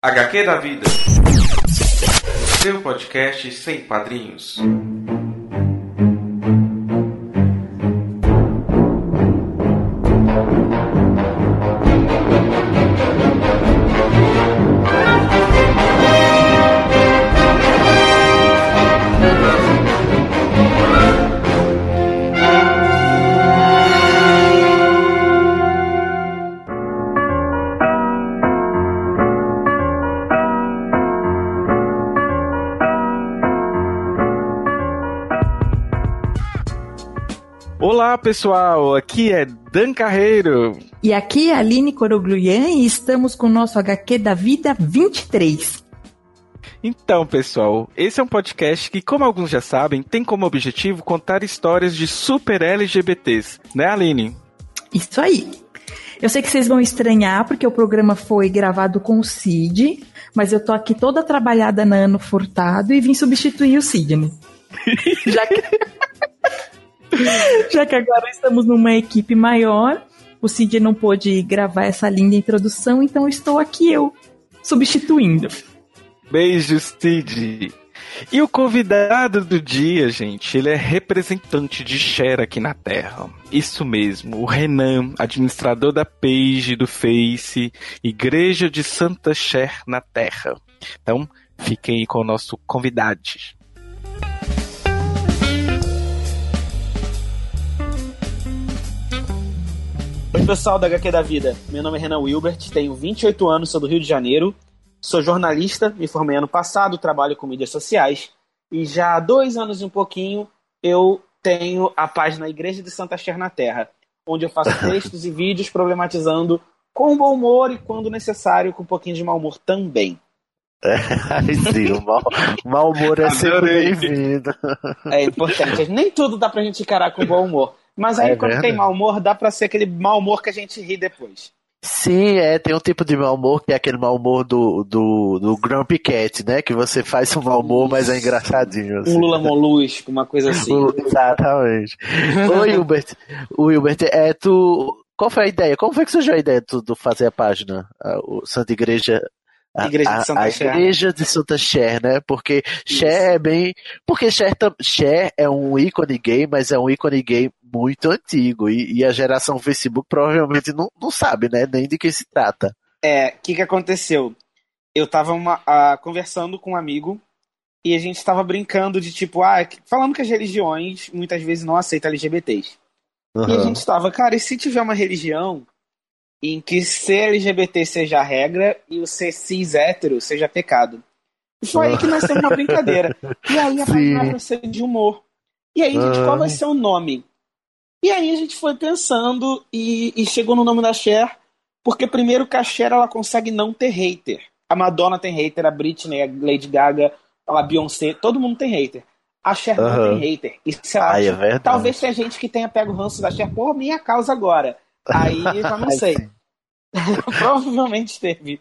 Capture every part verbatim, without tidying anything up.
H Q da Vida, seu podcast sem padrinhos. Olá pessoal, aqui é Dan Carreiro. E aqui é a Aline Coroglian e estamos com o nosso H Q da Vida vinte e três. Então pessoal, esse é um podcast que, como alguns já sabem, tem como objetivo contar histórias de super L G B Ts, né Aline? Isso aí. Eu sei que vocês vão estranhar porque o programa foi gravado com o Cid, mas eu tô aqui toda trabalhada na Ano Furtado e vim substituir o Sidney. Já que... Já que agora estamos numa equipe maior, o Cid não pôde gravar essa linda introdução, então estou aqui eu, substituindo. Beijos, Cid. E o convidado do dia, gente, ele é representante de Cher aqui na Terra. Isso mesmo, o Renan, administrador da page do Face, Igreja de Santa Cher na Terra. Então, fiquem aí com o nosso convidado. Oi pessoal da H Q da Vida, meu nome é Renan Wilbert, tenho vinte e oito anos, sou do Rio de Janeiro, sou jornalista, me formei ano passado, trabalho com mídias sociais e já há dois anos e um pouquinho eu tenho a página Igreja de Santa Cher na Terra, onde eu faço textos e vídeos problematizando com bom humor e, quando necessário, com um pouquinho de mau humor também. É, sim, o mau, mau humor é sempre bem-vindo. É importante, nem tudo dá pra gente encarar com bom humor. Mas aí, é quando verdade. Tem mau humor, dá pra ser aquele mau humor que a gente ri depois. Sim, é, tem um tipo de mau humor que é aquele mau humor do, do, do Grumpy Cat, né? Que você faz um mau humor, mas é engraçadinho. Assim. Um Lula Molusco, uma coisa assim. Exatamente. Oi, Wilbert. Wilbert, é, tu... Qual foi a ideia? Como foi que surgiu a ideia de tu fazer a página? A, o Santa Igreja... A, Igreja de Santa a, a Cher. Igreja de Santa Cher, né? Porque Cher é bem... Porque Cher, Cher é um ícone gay, mas é um ícone gay muito antigo. E, e a geração Facebook provavelmente não, não sabe, né? Nem de que se trata. É, o que que aconteceu? Eu tava uma, uh, conversando com um amigo e a gente tava brincando de tipo, ah, falando que as religiões muitas vezes não aceitam L G B Ts. Uhum. E a gente tava, cara, e se tiver uma religião em que ser L G B T seja a regra e o ser cis hétero seja pecado? E foi aí que nasceu uma brincadeira. E aí a página vai ser de humor. E aí, gente, qual vai ser o nome? E aí a gente foi pensando e, e chegou no nome da Cher, porque primeiro que a Cher ela consegue não ter hater. A Madonna tem hater, a Britney, a Lady Gaga, a Beyoncé, todo mundo tem hater. A Cher uhum. não tem hater. Isso Ai, é verdade. Talvez tenha gente que tenha pego o ranço da Cher por minha causa agora. Aí eu já não sei. Provavelmente teve.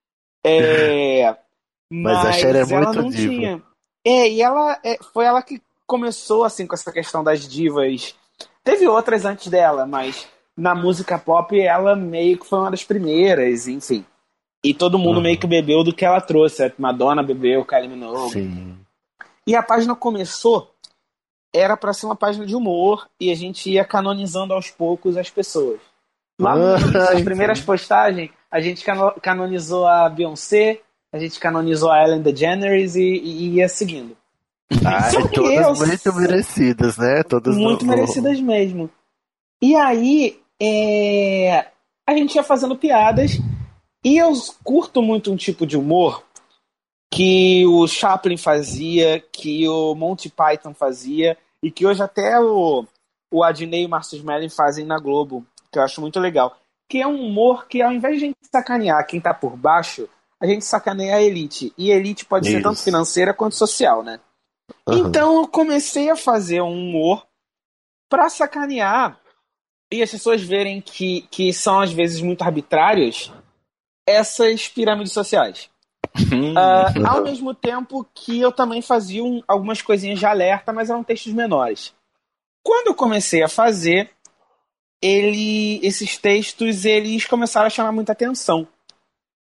É, mas, mas a Cher é ela muito não diva. Tinha. É, e ela é, foi ela que começou assim com essa questão das divas. Teve outras antes dela, mas na música pop ela meio que foi uma das primeiras, enfim. E todo mundo uhum. meio que bebeu do que ela trouxe. A Madonna bebeu, Kylie Minogue. Sim. E a página começou, era pra ser uma página de humor, e a gente ia canonizando aos poucos as pessoas. Lá nas primeiras postagens, a gente cano- canonizou a Beyoncé, a gente canonizou a Ellen DeGeneres e, e ia seguindo. Ai, todas eu, muito merecidas, né? Todas muito no... merecidas mesmo. E aí, é... a gente ia fazendo piadas, e eu curto muito um tipo de humor que o Chaplin fazia, que o Monty Python fazia, e que hoje até o, o Adnei e o Márcio Smelling fazem na Globo, que eu acho muito legal. Que é um humor que, ao invés de a gente sacanear quem tá por baixo, a gente sacaneia a elite. E a elite pode Isso. ser tanto financeira quanto social, né? Uhum. Então eu comecei a fazer um humor pra sacanear e as pessoas verem que, que são às vezes muito arbitrárias essas pirâmides sociais. uh, ao mesmo tempo que eu também fazia um, algumas coisinhas de alerta, mas eram textos menores. Quando eu comecei a fazer, ele, esses textos eles começaram a chamar muita atenção.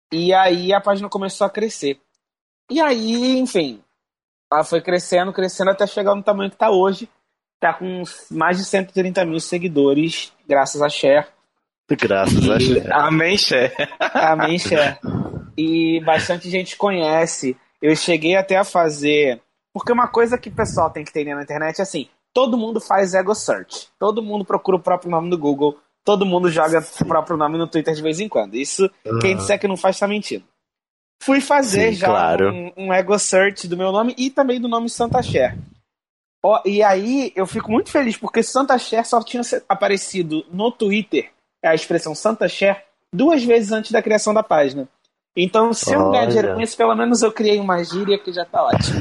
E aí a página começou a crescer. E aí, enfim, ela foi crescendo, crescendo até chegar no tamanho que tá hoje. Tá com mais de cento e trinta mil seguidores, graças a Cher. Graças a Cher. Amém, Cher. Amém, Cher. E bastante gente conhece. Eu cheguei até a fazer... Porque uma coisa que o pessoal tem que entender na internet é assim, todo mundo faz ego search. Todo mundo procura o próprio nome no Google. Todo mundo joga Sim. o próprio nome no Twitter de vez em quando. Isso, uhum. quem disser que não faz, tá mentindo. Fui fazer Sim, já claro. um, um ego search do meu nome e também do nome Santa Cher. Oh, e aí eu fico muito feliz, porque Santa Cher só tinha aparecido no Twitter, a expressão Santa Cher, duas vezes antes da criação da página. Então, se eu não ganhar dinheiro com isso, pelo menos eu criei uma gíria que já tá ótimo.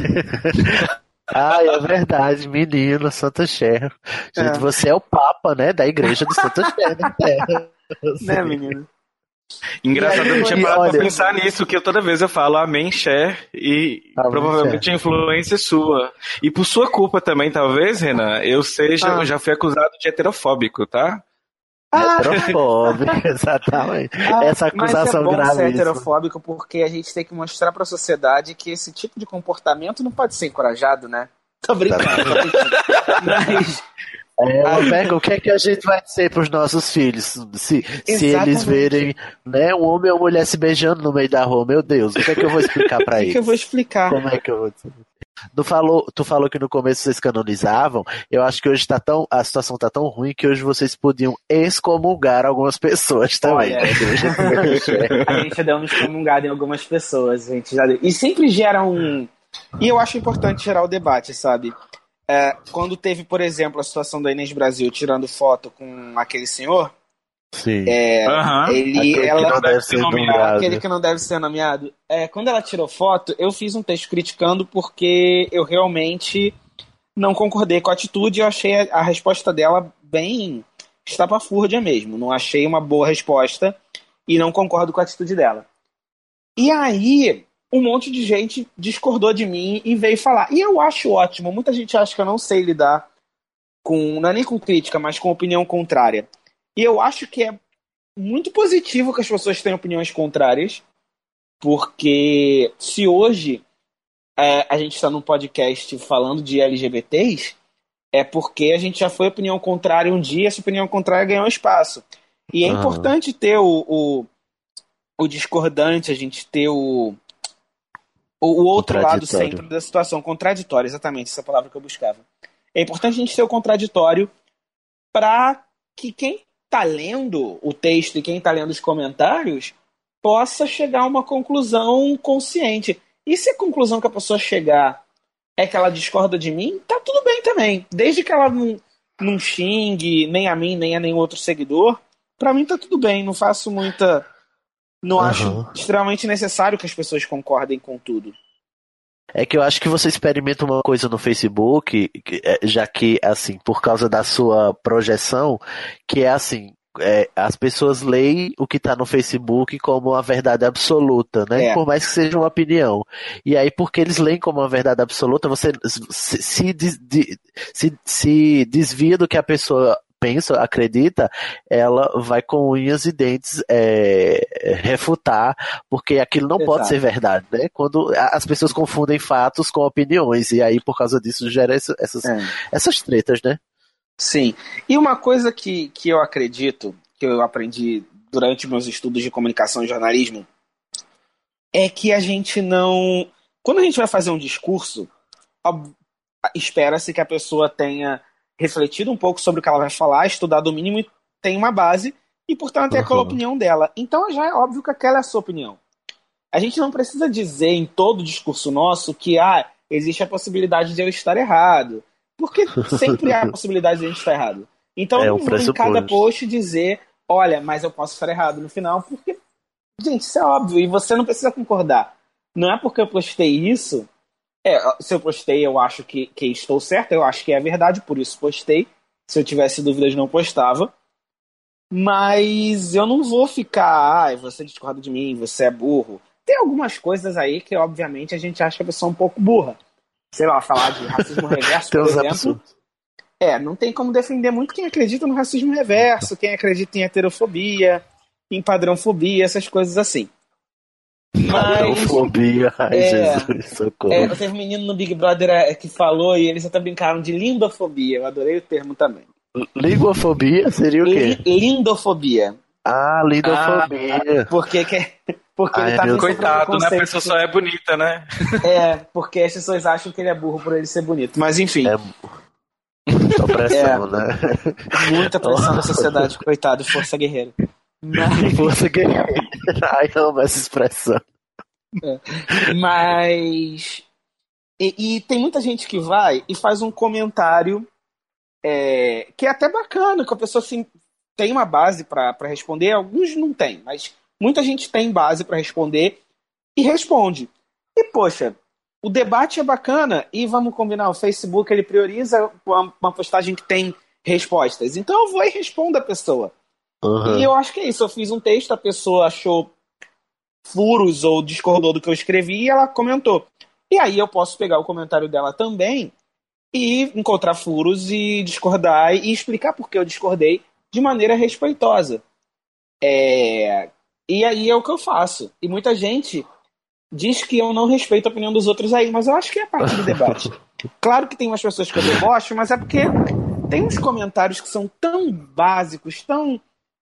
Ah, é verdade, menino, Santa Cher. Gente, é. Você é o Papa, né, da igreja do Santa Cher na Terra. Né, menino? Engraçado, eu não tinha parado pra pensar nisso, que eu, toda vez eu falo amém, Cher, e amém, provavelmente Cher. A influência é sua. E por sua culpa também, talvez, Renan, eu seja, ah. eu já fui acusado de heterofóbico, tá? Ah. Heterofóbico, exatamente. Ah, Essa acusação mas é bom grave. ser heterofóbico porque a gente tem que mostrar pra sociedade que esse tipo de comportamento não pode ser encorajado, né? Tô brincando, tô brincando. Mas... É, aí, pega, o que é que a gente vai dizer pros nossos filhos se, se eles verem, né, um homem ou uma mulher se beijando no meio da rua? Meu Deus, o que é que eu vou explicar pra eles? O que, que eu vou explicar? Como é que eu vou dizer? Tu falou, tu falou que no começo vocês canonizavam. Eu acho que hoje tá tão, a situação tá tão ruim que hoje vocês podiam excomungar algumas pessoas também. Olha, a gente já deu uma excomungada em algumas pessoas, a gente já deu. E sempre gera um... E eu acho importante gerar o debate, sabe? É, quando teve, por exemplo, a situação da Inês Brasil tirando foto com aquele senhor, Sim. É, uhum. ele, aquele ela, que não deve ser nomeado. Aquele que não deve ser nomeado. É, quando ela tirou foto, eu fiz um texto criticando porque eu realmente não concordei com a atitude e eu achei a, a resposta dela bem estapafúrdia mesmo. Não achei uma boa resposta e não concordo com a atitude dela. E aí... um monte de gente discordou de mim e veio falar. E eu acho ótimo. Muita gente acha que eu não sei lidar com, não é nem com crítica, mas com opinião contrária. E eu acho que é muito positivo que as pessoas tenham opiniões contrárias, porque se hoje é, a gente está num podcast falando de L G B T s, é porque a gente já foi opinião contrária um dia, essa opinião contrária ganhou espaço. E é uhum. importante ter o, o, o discordante, a gente ter o O, o outro lado sempre da situação, contraditório, exatamente, essa palavra que eu buscava. É importante a gente ter o contraditório para que quem está lendo o texto e quem está lendo os comentários possa chegar a uma conclusão consciente. E se a conclusão que a pessoa chegar é que ela discorda de mim, tá tudo bem também. Desde que ela não, não xingue nem a mim, nem a nenhum outro seguidor, para mim tá tudo bem, não faço muita... Não uhum. acho extremamente necessário que as pessoas concordem com tudo. É que eu acho que você experimenta uma coisa no Facebook, já que, assim, por causa da sua projeção, que é assim, é, as pessoas leem o que está no Facebook como a verdade absoluta, né? É. Por mais que seja uma opinião. E aí, porque eles leem como uma verdade absoluta, você se, se, se, se desvia do que a pessoa pensa, acredita, ela vai com unhas e dentes é, refutar, porque aquilo não Exato. Pode ser verdade, né? Quando as pessoas confundem fatos com opiniões, e aí por causa disso gera essa, essas, é. essas tretas, né? Sim. E uma coisa que, que eu acredito, que eu aprendi durante meus estudos de comunicação e jornalismo, é que a gente não... Quando a gente vai fazer um discurso, espera-se que a pessoa tenha refletido um pouco sobre o que ela vai falar, estudado o mínimo e tem uma base, e portanto tem uhum. aquela opinião dela. Então já é óbvio que aquela é a sua opinião. A gente não precisa dizer em todo discurso nosso que ah, existe a possibilidade de eu estar errado, porque sempre há a possibilidade de a gente estar errado. Então é eu não vou em cada post dizer, olha, mas eu posso estar errado no final, porque, gente, isso é óbvio, e você não precisa concordar. Não é porque eu postei isso... É, se eu postei, eu acho que, que estou certo, eu acho que é verdade, por isso postei. Se eu tivesse dúvidas, não postava. Mas eu não vou ficar, ah, você discorda de mim, você é burro. Tem algumas coisas aí que, obviamente, a gente acha que a pessoa é um pouco burra. Sei lá, falar de racismo reverso, por exemplo. Absurdos. É, não tem como defender muito quem acredita no racismo reverso, quem acredita em heterofobia, em padrãofobia, essas coisas assim. Padrãofobia, ai é, Jesus, socorro. É, teve um menino no Big Brother é, que falou e eles até brincaram de lindofobia. Eu adorei o termo também. Lingofobia seria o quê? Li, lindofobia. Ah, lindofobia. Ah, porque que, porque Ai, ele tá meu Coitado, né? A pessoa só é bonita, né? É, porque as pessoas acham que ele é burro por ele ser bonito. Mas enfim. É muita pressão, É. né? Muita pressão da sociedade, coitado, força guerreira. Mas, Força guerreira. Ai, amo essa expressão. mas e, e tem muita gente que vai e faz um comentário é, que é até bacana, que a pessoa assim, tem uma base para responder, alguns não tem, mas muita gente tem base para responder e responde. E, poxa, o debate é bacana e vamos combinar, o Facebook ele prioriza uma, uma postagem que tem respostas. Então eu vou e respondo a pessoa. Uhum. E eu acho que é isso, eu fiz um texto, a pessoa achou furos ou discordou do que eu escrevi e ela comentou. E aí eu posso pegar o comentário dela também e encontrar furos e discordar e explicar por que eu discordei de maneira respeitosa. É... E aí é o que eu faço. E muita gente diz que eu não respeito a opinião dos outros aí, mas eu acho que é parte do debate. Claro que tem umas pessoas que eu debocho, mas é porque tem uns comentários que são tão básicos, tão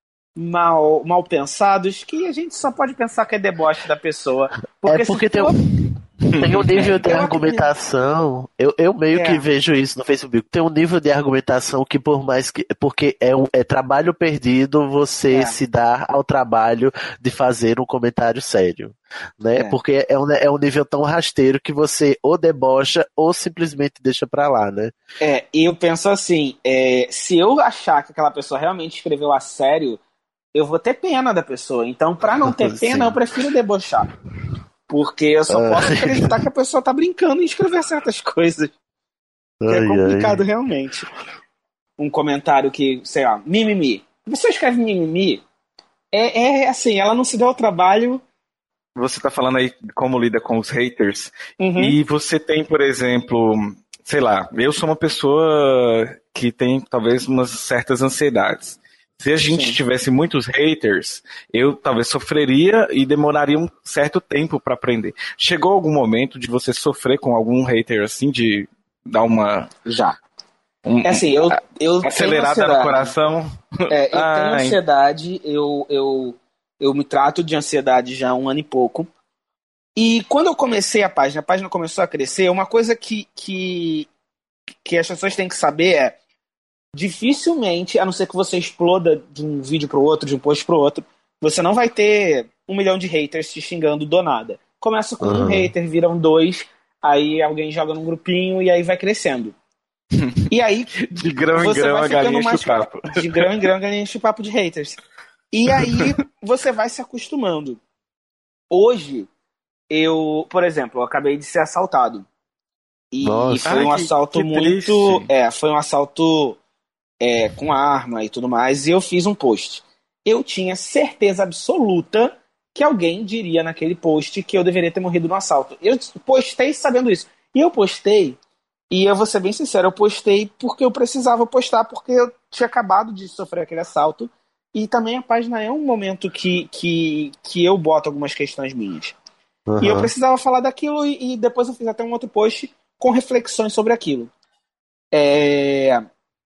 mal, mal pensados, que a gente só pode pensar que é deboche da pessoa. Porque é porque tem, for... tem um nível de argumentação, eu, eu meio é. que vejo isso no Facebook, tem um nível de argumentação que por mais que, porque é, um, é trabalho perdido você é. se dar ao trabalho de fazer um comentário sério, né? É. Porque é um, é um nível tão rasteiro que você ou debocha ou simplesmente deixa pra lá, né? É, e eu penso assim, é, se eu achar que aquela pessoa realmente escreveu a sério, eu vou ter pena da pessoa. Então, pra não ter pena, eu prefiro debochar. Porque eu só posso ai. acreditar que a pessoa tá brincando em escrever certas coisas. Que ai, é complicado ai. realmente. Um comentário que, sei lá, mimimi. A pessoa escreve mimimi, é, é assim, ela não se deu ao trabalho. Você tá falando aí como lida com os haters. Uhum. E você tem, por exemplo, sei lá, eu sou uma pessoa que tem talvez umas certas ansiedades. Se a gente Sim. tivesse muitos haters, eu talvez sofreria e demoraria um certo tempo para aprender. Chegou algum momento de você sofrer com algum hater assim, de dar uma... Já. Um, é assim, eu, eu acelerada no coração? É, eu ah, tenho ansiedade, eu, eu, eu me trato de ansiedade já há um ano e pouco. E quando eu comecei a página, a página começou a crescer, uma coisa que, que, que as pessoas têm que saber é dificilmente, a não ser que você exploda de um vídeo pro outro, de um post pro outro, você não vai ter um milhão de haters te xingando do nada. Começa com uhum. um hater, viram dois, aí alguém joga num grupinho e aí vai crescendo. E aí, de grão em grão a galinha enche o papo. De grão em grão a galinha enche o papo de haters. E aí você vai se acostumando. Hoje, eu, por exemplo, eu acabei de ser assaltado. E, Nossa, e foi um que, assalto que muito... Triste. É, foi um assalto... É, com arma e tudo mais, e eu fiz um post. Eu tinha certeza absoluta que alguém diria naquele post que eu deveria ter morrido no assalto. Eu postei sabendo isso. E eu postei, e eu vou ser bem sincero, eu postei porque eu precisava postar, porque eu tinha acabado de sofrer aquele assalto, e também a página é um momento que, que, que eu boto algumas questões minhas. Uhum. E eu precisava falar daquilo, e, e depois eu fiz até um outro post com reflexões sobre aquilo. É...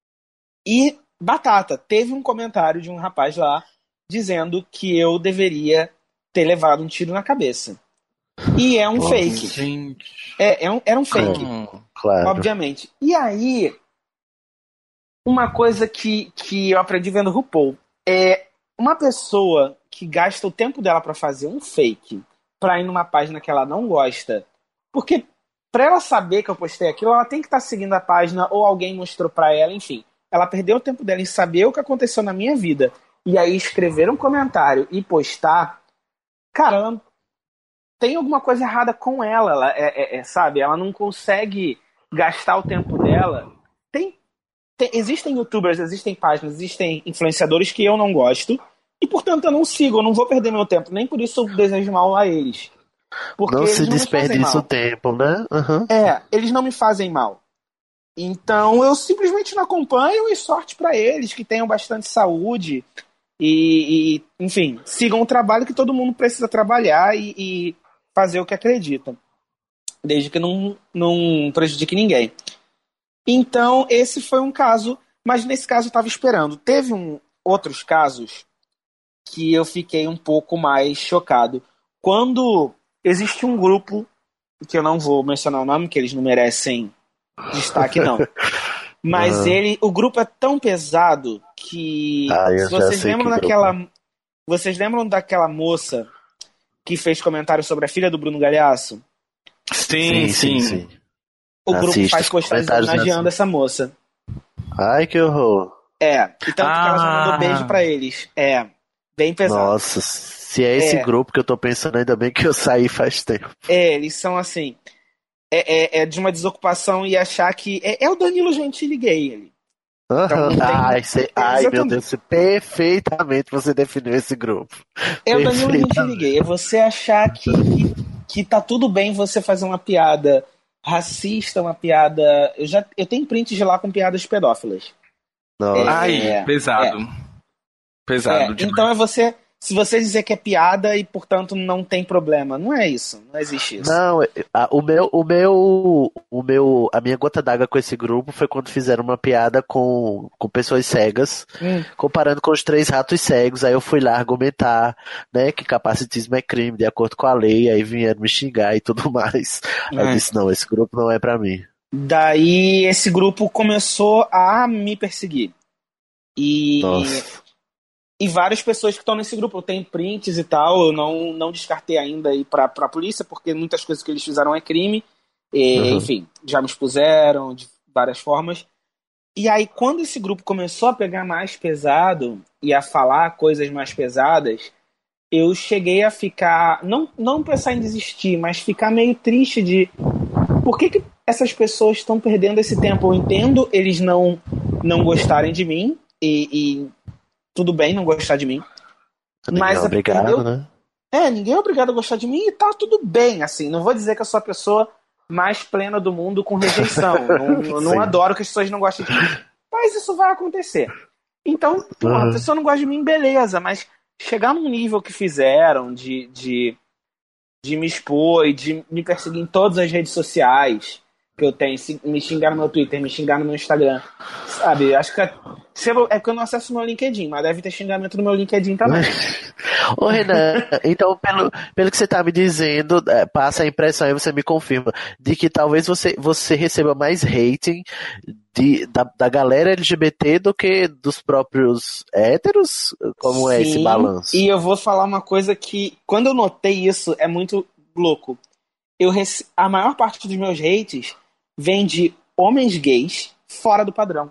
E, batata, teve um comentário de um rapaz lá dizendo que eu deveria ter levado um tiro na cabeça. E é um oh, fake. Gente. É, é um, era um fake. Hum, claro. Obviamente. E aí, uma coisa que, que eu aprendi vendo RuPaul é uma pessoa que gasta o tempo dela pra fazer um fake pra ir numa página que ela não gosta. Porque pra ela saber que eu postei aquilo, ela tem que estar seguindo a página ou alguém mostrou pra ela, enfim. Ela perdeu o tempo dela em saber o que aconteceu na minha vida. E aí escrever um comentário e postar, cara, ela tem alguma coisa errada com ela, ela é, é, é, sabe? Ela não consegue gastar o tempo dela. Tem, tem, existem youtubers, existem páginas, existem influenciadores que eu não gosto. E, portanto, eu não sigo, eu não vou perder meu tempo. Nem por isso eu desejo mal a eles. Porque não eles se não desperdiça o tempo, né? Uhum. É, eles não me fazem mal. Então eu simplesmente não acompanho e sorte pra eles, que tenham bastante saúde. E, e, enfim, sigam o trabalho que todo mundo precisa trabalhar e, e fazer o que acredita, desde que não, não prejudique ninguém. Então, esse foi um caso, mas nesse caso eu estava esperando. Teve um, outros casos que eu fiquei um pouco mais chocado. Quando existe um grupo, que eu não vou mencionar o nome, que eles não merecem destaque, não. Mas Ah. ele, o grupo é tão pesado que Ah, eu se já vocês sei lembram que daquela, grupo. vocês lembram daquela moça que fez comentário sobre a filha do Bruno Galhaço? Sim, Sim, sim, sim. sim. O grupo Assisto faz os postagens comentários homenageando assim. essa moça. Ai, que horror. É, e tanto que ela já mandou Ah, beijo pra eles. É, bem pesado. Nossa, se é esse É, grupo que eu tô pensando, ainda bem que eu saí faz tempo. é, eles são assim, é, é, é de uma desocupação e achar que é, é o Danilo Gentili gay ali. Então Aham. não tem, Ai, sei- é, ai, meu exatamente. Deus, perfeitamente você definiu esse grupo. É o Danilo Gentili Perfeitamente. gay. É você achar que, que, que tá tudo bem você fazer uma piada racista, uma piada. Eu já eu tenho prints de lá com piadas pedófilas. Nossa. ai, É, é, pesado. é. Pesado Então demais. é você. Se você dizer que é piada e, portanto, não tem problema. Não é isso. Não existe isso. Não, é- a- o meu, o meu, o meu, a minha gota d'água com esse grupo foi quando fizeram uma piada com, com pessoas cegas, Hum, comparando com os três ratos cegos. Aí eu fui lá argumentar, né, que capacitismo é crime, de acordo com a lei. Aí vieram me xingar e tudo mais. Aí eu é. disse, não, esse grupo não é pra mim. Daí esse grupo começou a me perseguir. E, Nossa. e várias pessoas que estão nesse grupo, eu tenho prints e tal, eu não, não descartei ainda ir pra, pra polícia, porque muitas coisas que eles fizeram é crime. E, Uhum. enfim, já me expuseram de várias formas. E aí, quando esse grupo começou a pegar mais pesado e a falar coisas mais pesadas, eu cheguei a ficar, não, não pensar em desistir, mas ficar meio triste de por que, que essas pessoas estão perdendo esse tempo. Eu entendo eles não, não gostarem de mim, e, e tudo bem não gostar de mim, Ninguém é mas obrigado, perdeu. né? É, ninguém é obrigado a gostar de mim e tá tudo bem, assim. Não vou dizer que eu sou a pessoa mais plena do mundo com rejeição. Não, eu não Sim. adoro que as pessoas não gostem de mim. Mas isso vai acontecer. Então, pô, a Uhum. pessoa não gosta de mim, beleza, mas chegar num nível que fizeram de, de, de me expor e de me perseguir em todas as redes sociais que eu tenho, se- me xingar no meu Twitter, me xingar no meu Instagram, sabe? Acho que é, se eu- é porque eu não acesso o meu LinkedIn, mas deve ter xingamento no meu LinkedIn também. Ô Renan, então pelo, pelo que você tá me dizendo, é, passa a impressão e você me confirma de que talvez você, você receba mais rating de, da, da galera L G B T do que dos próprios héteros? Como é esse Sim, balanço? e eu vou falar uma coisa que, quando eu notei isso, é muito louco. Eu rece... A maior parte dos meus hates vem de homens gays fora do padrão.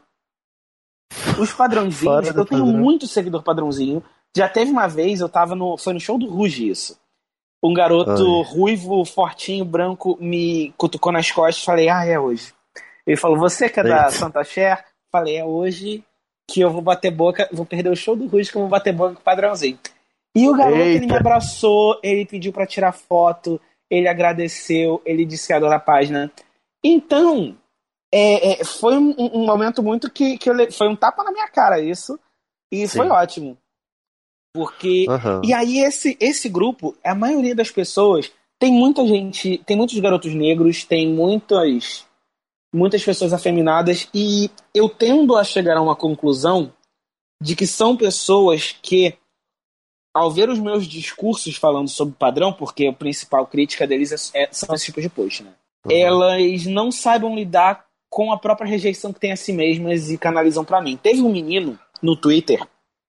Os padrãozinhos, Fora do eu tenho padrão. muito seguidor padrãozinho. Já teve uma vez, eu tava no. Foi no show do Ruge isso. Um garoto Ai. ruivo, fortinho, branco, me cutucou nas costas e falei, ah, é hoje. Ele falou, você que é da Eita. Santa Cher? Falei, é hoje que eu vou bater boca, vou perder o show do Ruge que eu vou bater boca com o padrãozinho. E o garoto, ele me Eita. abraçou, ele pediu pra tirar foto, ele agradeceu, ele disse que adora a página. Então, é, é, foi um, um momento muito que, que eu, le- foi um tapa na minha cara isso, e foi Sim. ótimo. Porque. Aham. E aí, esse, esse grupo, a maioria das pessoas, tem muita gente, tem muitos garotos negros, tem muitas, muitas pessoas afeminadas, e eu tendo a chegar a uma conclusão de que são pessoas que, ao ver os meus discursos falando sobre padrão, porque a principal crítica deles é, é- são esses tipos de post, né? Uhum. Elas não saibam lidar com a própria rejeição que tem a si mesmas e canalizam pra mim. Teve um menino no Twitter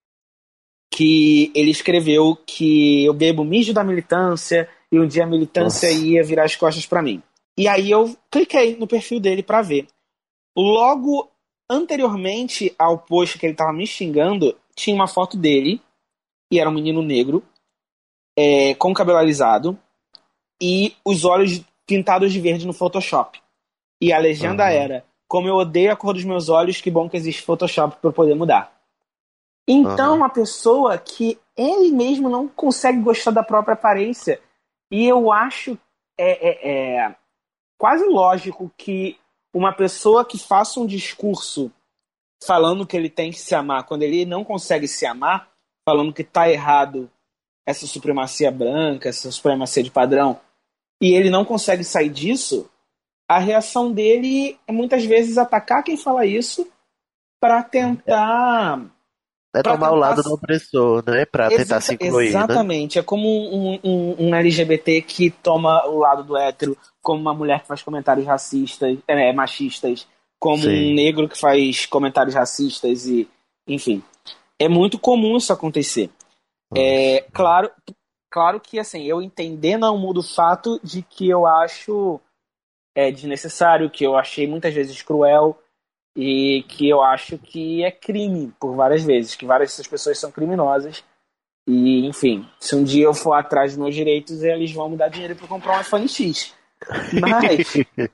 que ele escreveu que eu bebo mijo da militância e um dia a militância Nossa. ia virar as costas pra mim. E aí eu cliquei no perfil dele pra ver. Logo anteriormente ao post que ele tava me xingando, tinha uma foto dele, e era um menino negro, é, com cabelo alisado, e os olhos pintados de verde no Photoshop. E a legenda Aham. era, como eu odeio a cor dos meus olhos, que bom que existe Photoshop para eu poder mudar. Então, Aham. uma pessoa que ele mesmo não consegue gostar da própria aparência, e eu acho é, é, é quase lógico que uma pessoa que faça um discurso falando que ele tem que se amar, quando ele não consegue se amar, falando que tá errado essa supremacia branca, essa supremacia de padrão, e ele não consegue sair disso, a reação dele é muitas vezes atacar quem fala isso para tentar... É pra tomar o tentar... lado do opressor, né? Pra tentar Exa- se incluir, Exatamente. né? É como um, um, um L G B T que toma o lado do hétero, como uma mulher que faz comentários racistas, é, machistas, como Sim. um negro que faz comentários racistas e, enfim. É muito comum isso acontecer. É, claro, claro que, assim, eu entender não muda o fato de que eu acho é, desnecessário, que eu achei muitas vezes cruel e que eu acho que é crime por várias vezes, que várias dessas pessoas são criminosas. E, enfim, se um dia eu for atrás dos meus direitos, eles vão me dar dinheiro para comprar um iPhone X. Mas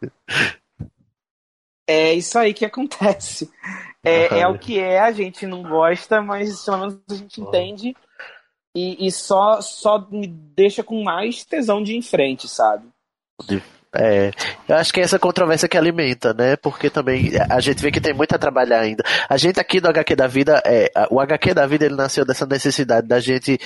é isso aí que acontece. É, é o que é, a gente não gosta, mas pelo menos a gente entende e, e só, só me deixa com mais tesão de ir em frente, sabe? É, eu acho que é essa controvérsia que alimenta, né? Porque também a gente vê que tem muito a trabalhar ainda. A gente aqui do H Q da Vida, é, o H Q da Vida ele nasceu dessa necessidade da gente,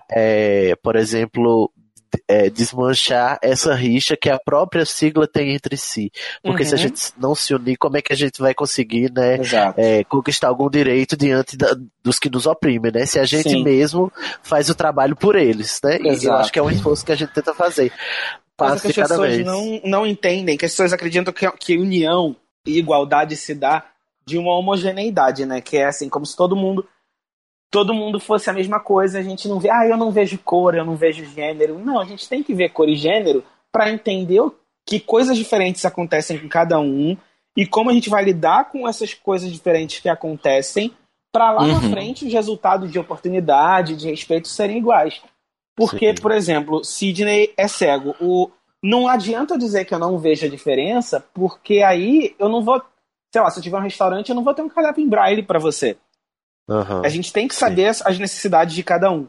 é, por exemplo, é, desmanchar essa rixa que a própria sigla tem entre si. Porque Uhum. se a gente não se unir, como é que a gente vai conseguir, né, é, conquistar algum direito diante da, dos que nos oprimem, né? Se a gente Sim. mesmo faz o trabalho por eles, né? E eu Exato. acho que é um esforço que a gente tenta fazer. Coisa que as cada pessoas vez. não, não entendem, que as pessoas acreditam que, que união e igualdade se dá de uma homogeneidade, né? Que é assim, como se todo mundo todo mundo fosse a mesma coisa, a gente não vê, ah, eu não vejo cor, eu não vejo gênero. Não, a gente tem que ver cor e gênero para entender que coisas diferentes acontecem com cada um e como a gente vai lidar com essas coisas diferentes que acontecem para lá Uhum. na frente os resultados de oportunidade, de respeito serem iguais. Porque, Sim. por exemplo, Sidney é cego. O... Não adianta eu dizer que eu não vejo a diferença, porque aí eu não vou... Sei lá, se eu tiver um restaurante, eu não vou ter um cardápio em braille para você. Uhum. A gente tem que saber as, as necessidades de cada um.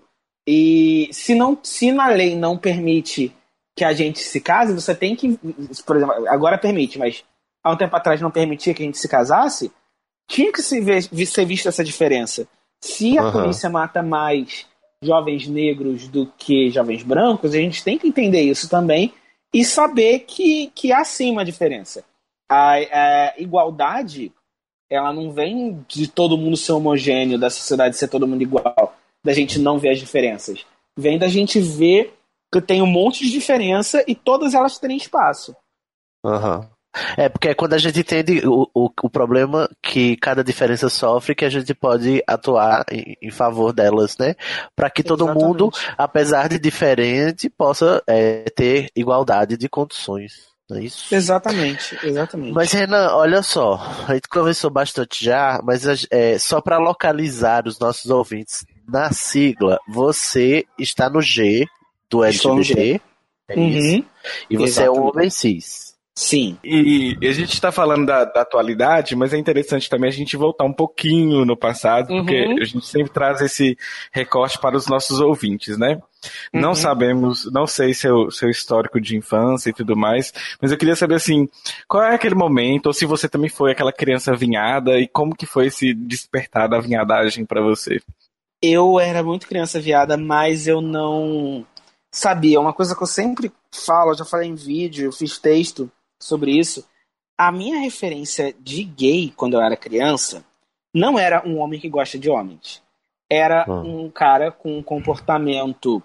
E se, não, se na lei não permite que a gente se case, você tem que... Por exemplo, agora permite, mas há um tempo atrás não permitia que a gente se casasse, tinha que se ver, ser vista essa diferença. Se a Uhum. polícia mata mais jovens negros do que jovens brancos, a gente tem que entender isso também e saber que, que há sim uma diferença. A, a igualdade, ela não vem de todo mundo ser homogêneo, da sociedade ser todo mundo igual, da gente não ver as diferenças. Vem da gente ver que tem um monte de diferença e todas elas terem espaço. Uhum. É, porque é quando a gente entende o, o, o problema que cada diferença sofre que a gente pode atuar em, em favor delas, né? Para que todo Exatamente. mundo, apesar de diferente, possa é, ter igualdade de condições. Não é isso? Exatamente, exatamente. Mas, Renan, olha só, a gente conversou bastante já, mas é, só para localizar os nossos ouvintes na sigla, você está no G do L G B T, Estou no G. é Uhum. isso? E você Exatamente. é um homem cis. Sim. E a gente está falando da, da atualidade, mas é interessante também a gente voltar um pouquinho no passado, Uhum. porque a gente sempre traz esse recorte para os nossos ouvintes, né? Uhum. Não sabemos, não sei seu, seu histórico de infância e tudo mais, mas eu queria saber, assim, qual é aquele momento, ou se você também foi aquela criança vinhada, e como que foi esse despertar da vinhadagem para você? Eu era muito criança viada, mas eu não sabia. Uma coisa que eu sempre falo, eu já falei em vídeo, eu fiz texto sobre isso. A minha referência de gay, quando eu era criança, não era um homem que gosta de homens. Era Hum. um cara com um comportamento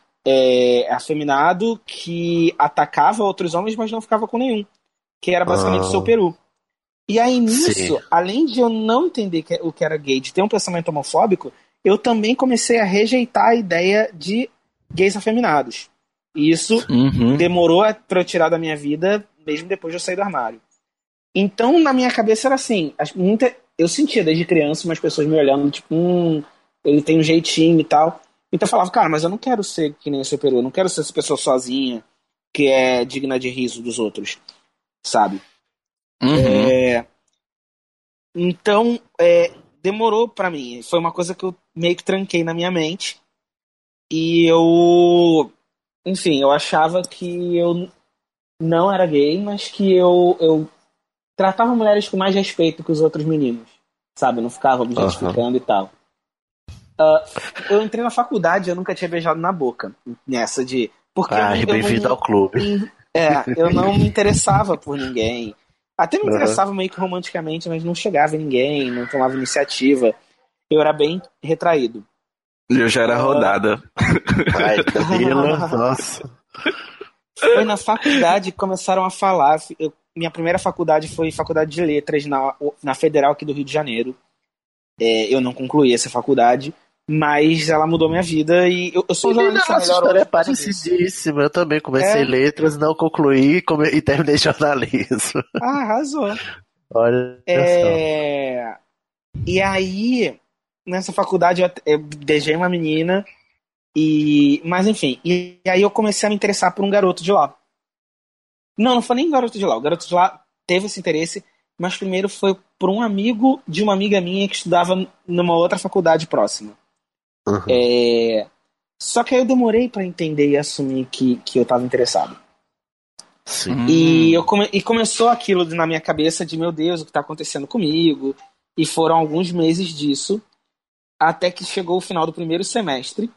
é, afeminado que atacava outros homens, mas não ficava com nenhum. Que era basicamente o Ah. seu peru. E aí nisso, Sim. além de eu não entender que- o que era gay, de ter um pensamento homofóbico, eu também comecei a rejeitar a ideia de gays afeminados. E isso Uhum. demorou para eu tirar da minha vida, mesmo depois de eu sair do armário. Então, na minha cabeça era assim, as- muita, eu sentia desde criança umas pessoas me olhando, tipo, hum, ele tem um jeitinho e tal. Então eu falava, cara, mas eu não quero ser que nem o seu peru, eu não quero ser essa pessoa sozinha, que é digna de riso dos outros, sabe? Uhum. É, então, é, demorou pra mim. Foi uma coisa que eu meio que tranquei na minha mente. E eu, enfim, eu achava que eu não era gay, mas que eu, eu tratava mulheres com mais respeito que os outros meninos, sabe? Eu não ficava objetificando e tal. Uh, eu entrei na faculdade, eu nunca tinha beijado na boca. Nessa de. Porque ah, bem-vindo ao clube. É, eu não me interessava por ninguém. Até me interessava uhum. meio que romanticamente, mas não chegava em ninguém, não tomava iniciativa. Eu era bem retraído. Eu já era uh... rodada. Ai, Camila, nossa. Foi na faculdade que começaram a falar. Eu, minha primeira faculdade foi faculdade de letras na, na Federal aqui do Rio de Janeiro. É, eu não concluí essa faculdade, mas ela mudou minha vida e eu, eu sou um jornalista melhor. Nossa, história é parecidíssima. Eu também comecei é. letras, não concluí come, e terminei jornalismo. Ah, arrasou. Olha é... só. E aí, nessa faculdade eu, eu beijei uma menina. E, mas enfim, e, e aí eu comecei a me interessar por um garoto de lá. Não, não foi nem garoto de lá. O garoto de lá teve esse interesse, mas primeiro foi por um amigo de uma amiga minha que estudava numa outra faculdade próxima. Uhum. É... Só que aí eu demorei pra entender e assumir que, que eu tava interessado. Sim. E, eu come... e começou aquilo na minha cabeça de, meu Deus, o que tá acontecendo comigo? E foram alguns meses disso, até que chegou o final do primeiro semestre.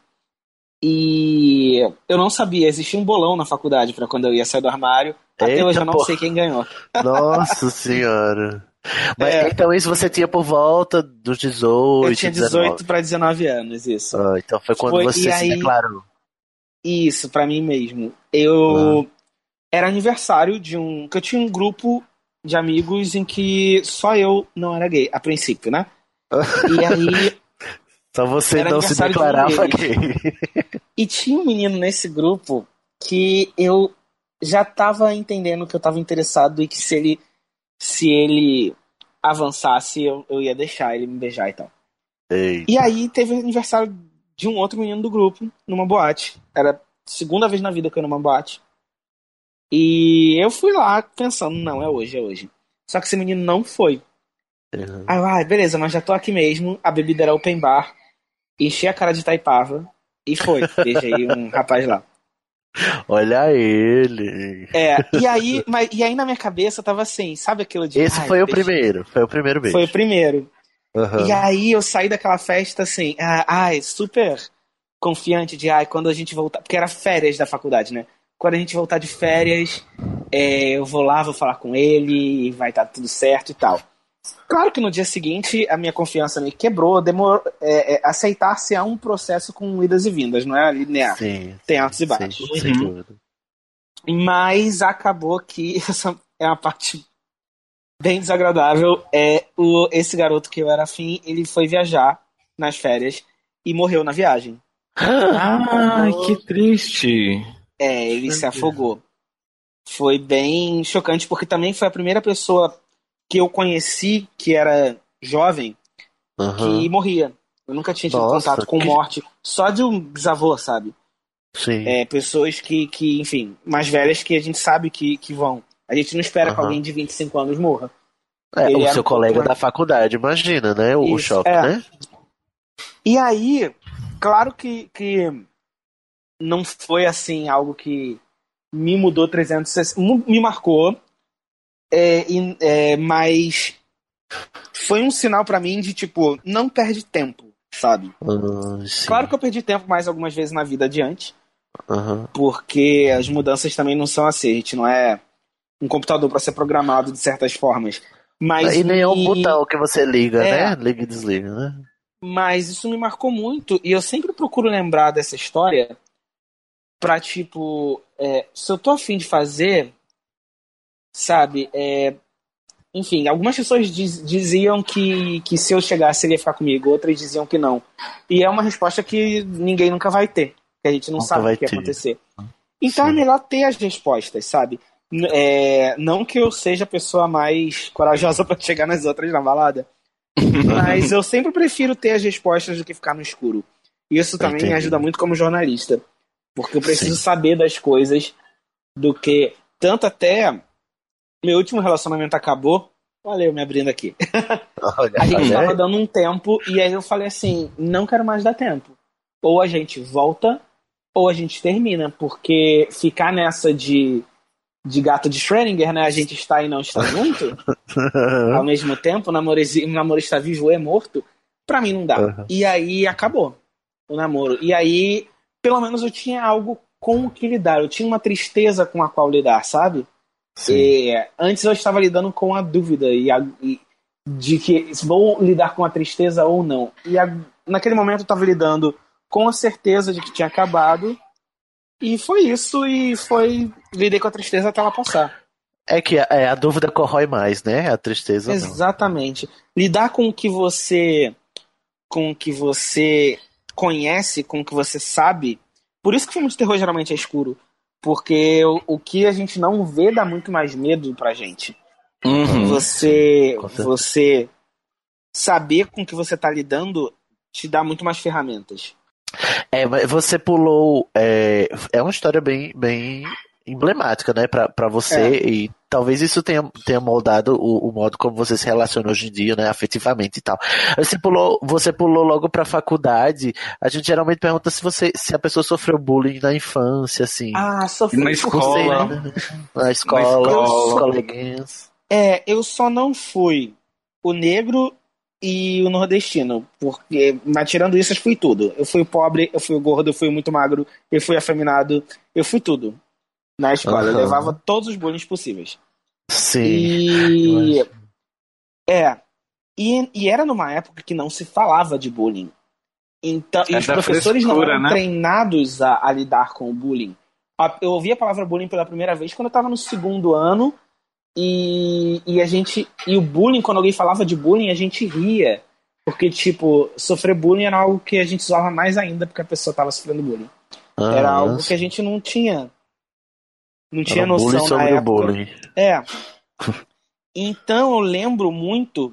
E eu não sabia, existia um bolão na faculdade pra quando eu ia sair do armário. Até Eita, hoje eu não porra. sei quem ganhou. Nossa senhora. Mas É. então isso você tinha por volta dos dezoito, Eu tinha dezoito para dezenove anos, isso. Ah, então foi quando Foi, você e se aí- declarou. Isso, pra mim mesmo. Eu era aniversário de um, que eu tinha um grupo de amigos em que só eu não era gay, a princípio, né? E aí Só você Era não se aniversário de um declarava deles. gay. E tinha um menino nesse grupo que eu já tava entendendo que eu tava interessado e que se ele, se ele avançasse, eu, eu ia deixar ele me beijar e tal. Ei. E aí teve o aniversário de um outro menino do grupo, numa boate. Era a segunda vez na vida que eu ia numa boate. E eu fui lá pensando, não, é hoje, é hoje. Só que esse menino não foi. Uhum. Aí eu, ah, beleza, mas já tô aqui mesmo. A bebida era open bar. Enchi a cara de Taipava. E foi, beijei um rapaz lá. Olha ele. É, e aí, mas, e aí na minha cabeça tava assim, sabe aquilo de... Esse ai, foi o beijei. primeiro. Foi o primeiro beijo. Foi o primeiro. Uhum. E aí eu saí daquela festa assim, ah, ai, super confiante de, ai, quando a gente voltar... Porque era férias da faculdade, né? Quando a gente voltar de férias, é, eu vou lá, vou falar com ele e vai estar tudo certo e tal. Claro que no dia seguinte a minha confiança me quebrou, demorou, é, é, aceitar-se é um processo com idas e vindas, não é linear. Sim. Tem altos e baixos. Sim, sem dúvida. Mas acabou que essa é uma parte bem desagradável. É o, esse garoto que eu era afim, ele foi viajar nas férias e morreu na viagem. Ai, que triste. É, ele se afogou. Foi bem chocante, porque também foi a primeira pessoa que eu conheci, que era jovem, Uhum. que morria. Eu nunca tinha tido Nossa, contato com que- morte, só de um bisavô, sabe? Sim. É, pessoas que, que, enfim, mais velhas que a gente sabe que, que vão. A gente não espera que Aham. alguém de vinte e cinco anos morra. É, ele o era seu um pouco colega mais- da faculdade, imagina, né? O, o Isso, choque, é. né? E aí, claro que, que não foi assim algo que me mudou trezentos e sessenta, mu- me marcou, é, e- é, mas foi um sinal pra mim de tipo, não perde tempo, sabe? Ah, sim. Claro que eu perdi tempo mais algumas vezes na vida adiante, Aham. porque as mudanças também não são assim, a gente não é um computador pra ser programado de certas formas. Mas E nem é um me- botão que você liga, É. né? Liga e desliga, né? Mas isso me marcou muito e eu sempre procuro lembrar dessa história pra, tipo, é, se eu tô afim de fazer, sabe, é, enfim, algumas pessoas diz- diziam que, que se eu chegasse ele ia ficar comigo, outras diziam que não. E é uma resposta que ninguém nunca vai ter, que a gente não Nunca sabe vai o que ia ter. acontecer. Então Sim. é melhor ter as respostas, sabe? N- é, não que eu seja a pessoa mais corajosa pra chegar nas outras na balada, mas eu sempre prefiro ter as respostas do que ficar no escuro. E isso também me Entendi. ajuda muito como jornalista, porque eu preciso Sim. saber das coisas do que... Tanto até... Meu último relacionamento acabou... Olha eu me abrindo aqui. Olha, A gente olha tava aí. dando um tempo e aí eu falei assim, não quero mais dar tempo. Ou a gente volta ou a gente termina, porque ficar nessa de, de gato de Schrödinger, né? A gente está e não está junto, ao mesmo tempo, o namoro, exi- o namoro está vivo ou é morto. Pra mim não dá. Uhum. E aí acabou o namoro. E aí, pelo menos eu tinha algo com o que lidar. Eu tinha uma tristeza com a qual lidar, sabe? E, antes eu estava lidando com a dúvida e a, e, de que vou lidar com a tristeza ou não. E a, naquele momento eu estava lidando com a certeza de que tinha acabado. E foi isso. E foi lidei com a tristeza até ela passar. É que é, a dúvida corrói mais, né? A tristeza Exatamente. Não. Lidar com o que você com o que você conhece, com o que você sabe. Por isso que filme de terror geralmente é escuro. Porque o, o que a gente não vê dá muito mais medo pra gente. Uhum. Você, você saber com o que você tá lidando te dá muito mais ferramentas. É, mas você pulou. É, é uma história bem, bem emblemática, né, pra, pra você, é. E talvez isso tenha, tenha moldado o, o modo como você se relaciona hoje em dia, né, afetivamente e tal. Você pulou, você pulou logo pra faculdade. A gente geralmente pergunta se você, se a pessoa sofreu bullying na infância, assim. Ah, sofri. Na escola. Né? Na escola, na escola. Os coleguinhas. É, eu só não fui o negro e o nordestino, porque, mas tirando isso, eu fui tudo. Eu fui o pobre, eu fui o gordo, eu fui o muito magro, eu fui afeminado, eu fui tudo. Na escola, uhum. Eu levava todos os bullying possíveis. Sim. E... É. E, e era numa época que não se falava de bullying. Então, e é os professores frescura, não eram né? treinados a, a lidar com o bullying. Eu ouvi a palavra bullying pela primeira vez quando eu estava no segundo ano. E, e a gente. E o bullying, quando alguém falava de bullying, a gente ria. Porque, tipo, sofrer bullying era algo que a gente usava mais ainda porque a pessoa estava sofrendo bullying. Ah, era algo nossa. Que a gente não tinha. Não tinha Era noção bullying sobre na época. O bullying. É. Então eu lembro muito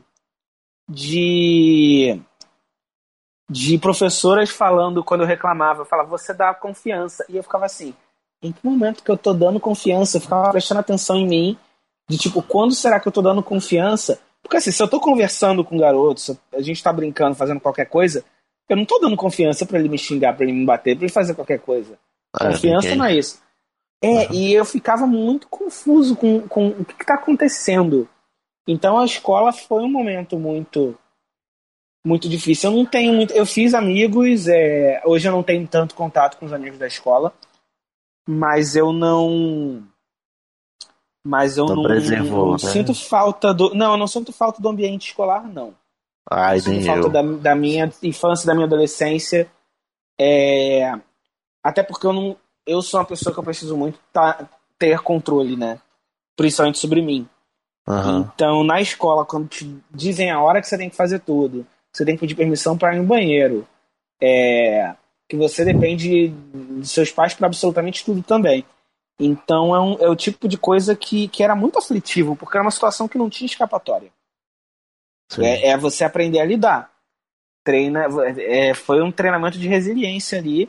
de de professoras falando quando eu reclamava, eu falava, você dá confiança. E eu ficava assim, em que momento que eu tô dando confiança? Eu ficava prestando atenção em mim, de tipo, quando será que eu tô dando confiança? Porque assim, se eu tô conversando com um garoto, se a gente tá brincando, fazendo qualquer coisa, eu não tô dando confiança pra ele me xingar, pra ele me bater, pra ele fazer qualquer coisa. Ah, confiança não é isso. É, uhum. E eu ficava muito confuso com, com o que está acontecendo. Então a escola foi um momento muito muito difícil. Eu não tenho muito. Eu fiz amigos, é, hoje eu não tenho tanto contato com os amigos da escola, mas eu não. Mas eu não, não, não né? sinto falta do. Não, eu não sinto falta do ambiente escolar, não. Ai, eu sinto nem falta eu. Da, da minha infância, da minha adolescência. É, até porque eu não. Eu sou uma pessoa que eu preciso muito tá, ter controle, né? Principalmente sobre mim. Uhum. Então, na escola, quando te dizem a hora que você tem que fazer tudo, você tem que pedir permissão para ir no banheiro, é, que você depende de seus pais para absolutamente tudo também. Então, é, um, é o tipo de coisa que, que era muito aflitivo, porque era uma situação que não tinha escapatória. É, é você aprender a lidar. Treina, é, foi um treinamento de resiliência ali.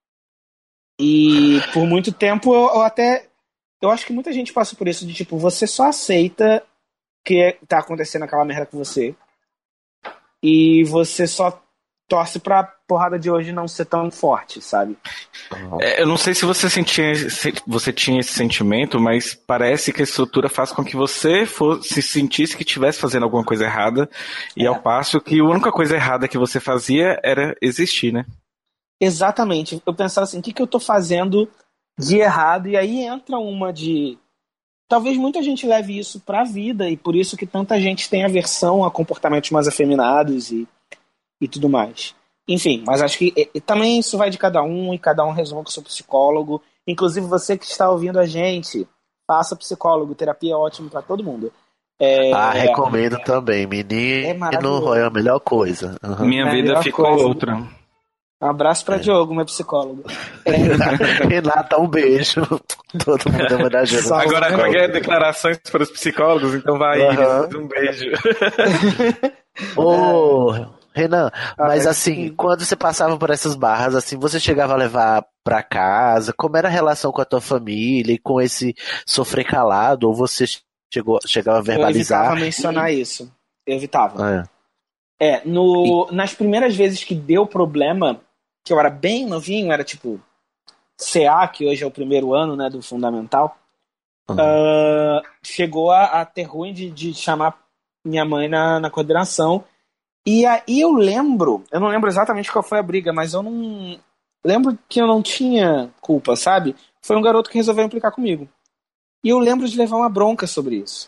E por muito tempo eu, eu até eu acho que muita gente passa por isso de tipo, você só aceita que tá acontecendo aquela merda com você e você só torce pra porrada de hoje não ser tão forte, sabe? É, eu não sei se você sentia se você tinha esse sentimento, mas parece que a estrutura faz com que você fosse, se sentisse que estivesse fazendo alguma coisa errada, e é. Ao passo que a única coisa errada que você fazia era existir, né? Exatamente. Eu pensava assim, o que, que eu tô fazendo de errado? E aí entra uma de... Talvez muita gente leve isso pra vida, e por isso que tanta gente tem aversão a comportamentos mais afeminados e, e tudo mais. Enfim, mas acho que e, também isso vai de cada um, e cada um resolve com o seu psicólogo. Inclusive você que está ouvindo a gente, faça psicólogo, terapia é ótimo pra todo mundo. É, ah, recomendo é, também, menino, é, é a melhor coisa. Uhum. Minha vida ficou coisa. outra. Um abraço pra é. Diogo, meu psicólogo. É. Renata, um beijo. Todo mundo ama da gente. Agora, como é declarações para os psicólogos? Então vai, uhum. Um beijo. Ô, oh, Renan, mas assim, quando você passava por essas barras, assim, você chegava a levar pra casa? Como era a relação com a tua família e com esse sofrer calado? Ou você chegou, chegava a verbalizar? Eu evitava mencionar isso. Eu evitava. Ah, é. É, no, nas primeiras vezes que deu problema, que eu era bem novinho, era tipo C A, que hoje é o primeiro ano, né, do fundamental, uhum. uh, chegou a, a ter ruim de, de chamar minha mãe na, na coordenação, E aí eu lembro, eu não lembro exatamente qual foi a briga, mas eu não lembro que eu não tinha culpa, sabe? Foi um garoto que resolveu implicar comigo. E eu lembro de levar uma bronca sobre isso.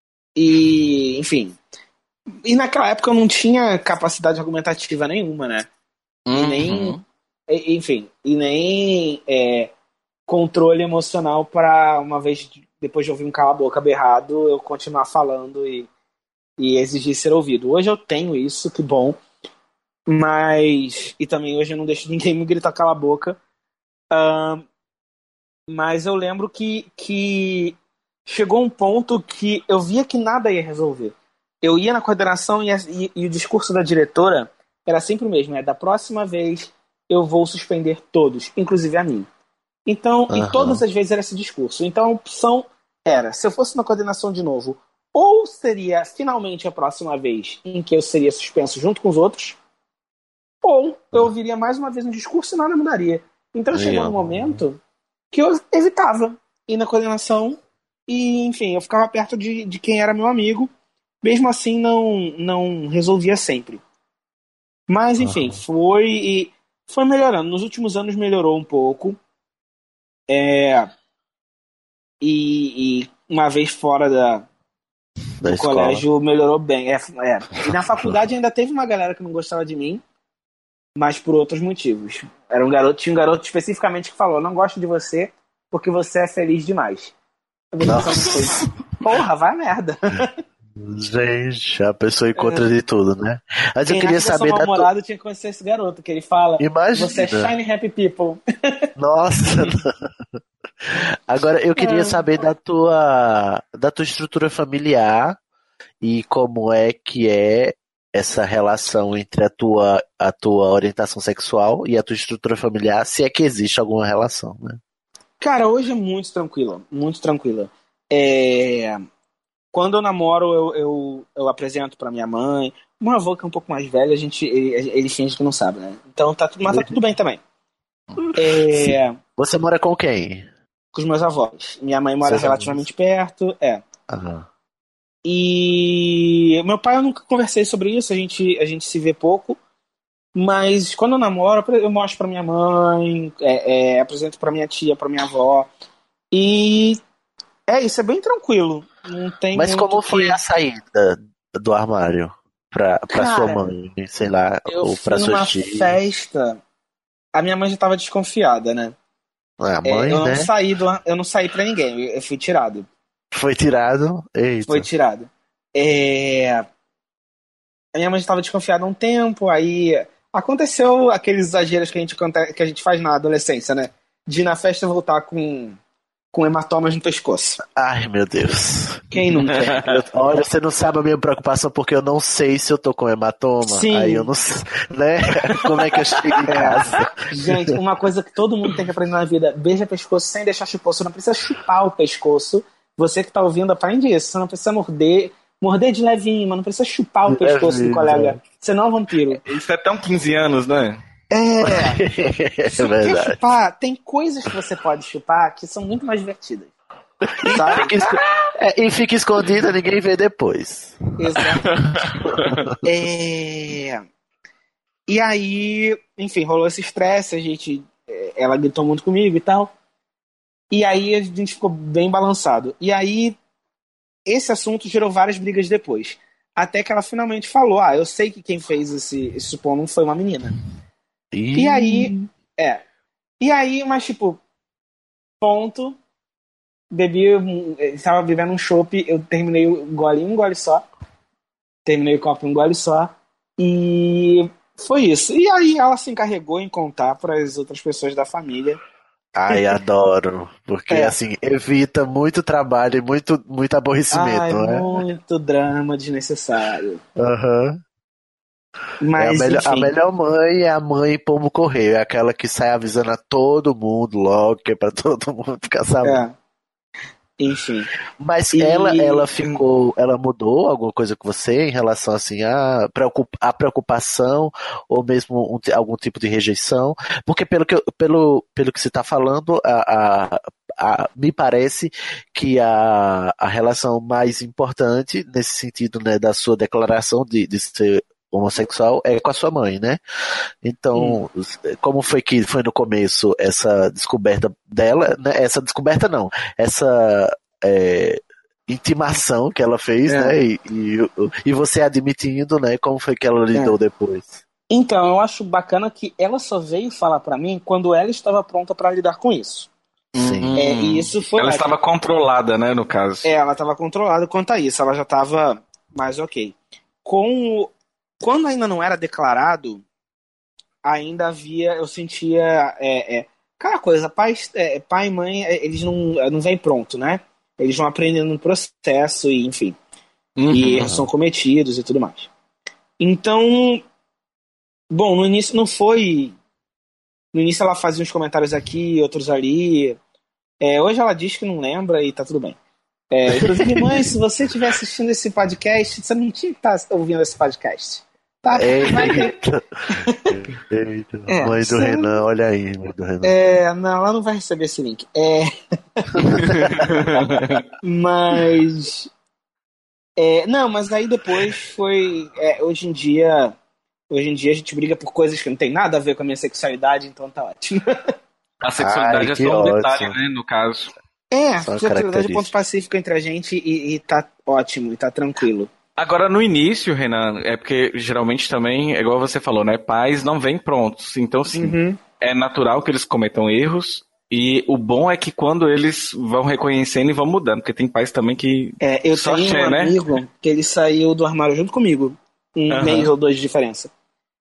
E, enfim. E naquela época eu não tinha capacidade argumentativa nenhuma, né? E Uhum. nem. e- Enfim, e nem é, controle emocional para uma vez, depois de ouvir um cala-boca berrado, eu continuar falando e, e exigir ser ouvido. Hoje eu tenho isso, que bom. Mas. E também hoje eu não deixo ninguém me gritar cala a boca. Ahn, mas eu lembro que, que chegou um ponto que eu via que nada ia resolver. Eu ia na coordenação e, a- e- e o discurso da diretora era sempre o mesmo: é da próxima vez eu vou suspender todos, inclusive a mim. Então, e Aham. todas as vezes era esse discurso. Então a opção era: se eu fosse na coordenação de novo, ou seria finalmente a próxima vez em que eu seria suspenso junto com os outros, ou eu ouviria mais uma vez um discurso e nada mudaria. Então chegou um Legal. momento que eu evitava ir na coordenação e, enfim, eu ficava perto de, de quem era meu amigo. Mesmo assim, não, não resolvia sempre. Mas, enfim, Aham. foi e foi melhorando. Nos últimos anos melhorou um pouco. É, e, e uma vez fora da, Da do escola. colégio melhorou bem. É, é. E na faculdade ainda teve uma galera que não gostava de mim, mas por outros motivos. Era um garoto, tinha um garoto especificamente que falou: não gosto de você porque você é feliz demais. Eu fiquei pensando Nossa. depois, porra, vai a merda. Gente, a pessoa encontra de tudo, né? Mas eu Quem queria acha que eu sou saber da tua. mal-humorado tinha que conhecer esse garoto, que ele fala: você é Imagina. shiny happy people. Nossa. Agora eu queria saber da tua da tua estrutura familiar e como é que é essa relação entre a tua a tua orientação sexual e a tua estrutura familiar, se é que existe alguma relação, né? Cara, hoje é muito tranquila, muito tranquila. É, Quando eu namoro, eu, eu, eu apresento pra minha mãe. Meu avô, que é um pouco mais velho, a gente, ele, ele finge que não sabe, né? Então tá tudo, mas tá tudo bem também. Sim. É, Você mora com quem? Com os meus avós. Minha mãe mora Seus relativamente perto, é. Ah, E meu pai, eu nunca conversei sobre isso, a gente, a gente se vê pouco. Mas quando eu namoro, eu mostro pra minha mãe, é, é, apresento pra minha tia, pra minha avó. E é isso, é bem tranquilo. Não tem mas muito como foi que. a saída do armário pra, pra sua Cara, mãe, sei lá, eu ou pra fui suas numa tias? festa. A minha mãe já tava desconfiada, né? Ah, É, eu mãe, não né? saí do, eu não saí pra ninguém, eu, eu fui tirado. Foi tirado. Foi Eita. tirado. É, a minha mãe já estava desconfiada há um tempo, aí aconteceu aqueles exageros que a gente, conta- que a gente faz na adolescência, né? De ir na festa voltar com, com hematomas no pescoço. Ai, meu Deus. Quem nunca? Eu- olha, você não sabe a minha preocupação porque eu não sei se eu tô com hematoma. Aí eu Sim. não sei, né? Como é que eu chego em casa? Gente, uma coisa que todo mundo tem que aprender na vida: beija pescoço sem deixar chupar. Você não precisa chupar o pescoço. Você que tá ouvindo, aprende isso. Você não precisa morder, morder de levinho, mas não precisa chupar o É pescoço do colega. vida. Senão é um vampiro. Isso é tão quinze anos, né? É. É Se não quer verdade. chupar, tem coisas que você pode chupar que são muito mais divertidas. E Sabe? fica, esco- é, e fica escondido, ninguém vê depois. Exatamente. É... E aí, enfim, rolou esse estresse, a gente. é, Ela gritou muito comigo e tal. E aí a gente ficou bem balançado. E aí, esse assunto gerou várias brigas depois. Até que ela finalmente falou: ah, eu sei que quem fez esse, esse supor não foi uma menina. E aí, Ih, é. E aí, mas tipo, ponto. Bebi, um- estava bebendo um chopp, eu terminei o gole em um gole só. Terminei o copo em um gole só. E foi isso. E aí ela se encarregou em contar para as outras pessoas da família. ai, adoro. Porque É. assim, evita muito trabalho e muito, muito Ai, aborrecimento, não é? muito drama desnecessário. Aham. É a Mas, melhor, a enfim. melhor mãe é a mãe pombo correio, é aquela que sai avisando a todo mundo logo, que é pra todo mundo ficar sabendo. É, enfim. Mas ela, ela E. ficou, ela mudou alguma coisa com você em relação assim a, preocup, a preocupação ou mesmo um ti- algum tipo de rejeição? Porque pelo que, eu- pelo, pelo que você está falando, a, a, a- me parece que a, a relação mais importante nesse sentido, né, da sua declaração de, de ser homossexual é com a sua mãe, né? Então, hum. como foi que foi no começo essa descoberta dela, né? Essa descoberta não, essa é, intimação que ela fez, é. né? E, e, e você admitindo, né? Como foi que ela lidou é. depois? Então, eu acho bacana que ela só veio falar pra mim quando ela estava pronta pra lidar com isso. Sim. É, e isso foi ela estava controlada, né, no caso. É, ela estava controlada quanto a isso, ela já estava mais ok. Com... Quando ainda não era declarado, ainda havia, eu sentia é, é, aquela coisa, pai, é, pai e mãe, eles não, não vêm pronto, né? Eles vão aprendendo no processo e, enfim, uhum. e erros são cometidos e tudo mais. Então, bom, no início não foi... No início ela fazia uns comentários aqui, outros ali. É, hoje ela diz que não lembra e tá tudo bem. É, inclusive, mãe, se você estiver assistindo esse podcast, você não tinha que estar ouvindo esse podcast. Tá? Eita. Eita. É, mãe do você... Renan, olha aí, mãe do Renan. É, não, ela não vai receber esse link. É... mas... É, não, mas aí depois foi... É, hoje em dia... Hoje em dia a gente briga por coisas que não tem nada a ver com a minha sexualidade, então tá ótimo. A sexualidade Ai, é só um ótimo. detalhe, né, no caso. É, a sexualidade é ponto pacífico entre a gente e, e tá ótimo, e tá tranquilo. Agora, no início, Renan, é porque geralmente também, é igual você falou, né, pais não vêm prontos. Então, sim, uhum. é natural que eles cometam erros. E o bom é que quando eles vão reconhecendo e vão mudando, porque tem pais também que... É, eu só tenho che, um né? amigo que ele saiu do armário junto comigo. Um uhum. mês ou dois de diferença.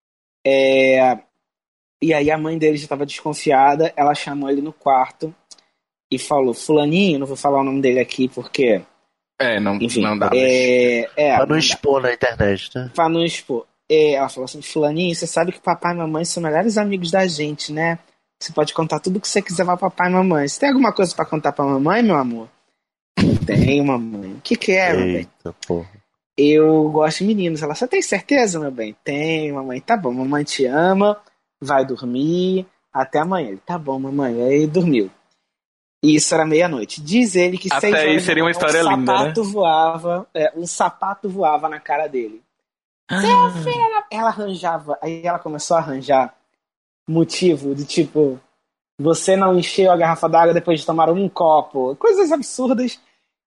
É, e aí a mãe dele já estava desconfiada, ela chamou ele no quarto e falou, fulaninho, não vou falar o nome dele aqui porque... É, não, enfim, não dá. É, é, pra não, não expor dá. na internet, né? Pra não expor. É, ela falou assim, fulaninho, você sabe que papai e mamãe são melhores amigos da gente, né? Você pode contar tudo que você quiser pra papai e mamãe. Você tem alguma coisa pra contar pra mamãe, meu amor? Tenho, mamãe. O que que é, meu bem? Eita, porra. Eu gosto de meninos. Ela, você tem certeza, meu bem? Tenho, mamãe. Tá bom, mamãe te ama, vai dormir, até amanhã. Ele, tá bom, mamãe. Aí dormiu. E isso era meia-noite. Diz ele que até aí seria uma história um linda, sapato né? voava, é, um sapato voava na cara dele. Ah. Seu filho, ela... ela arranjava, aí ela começou a arranjar motivo de tipo, você não encheu a garrafa d'água depois de tomar um copo, coisas absurdas.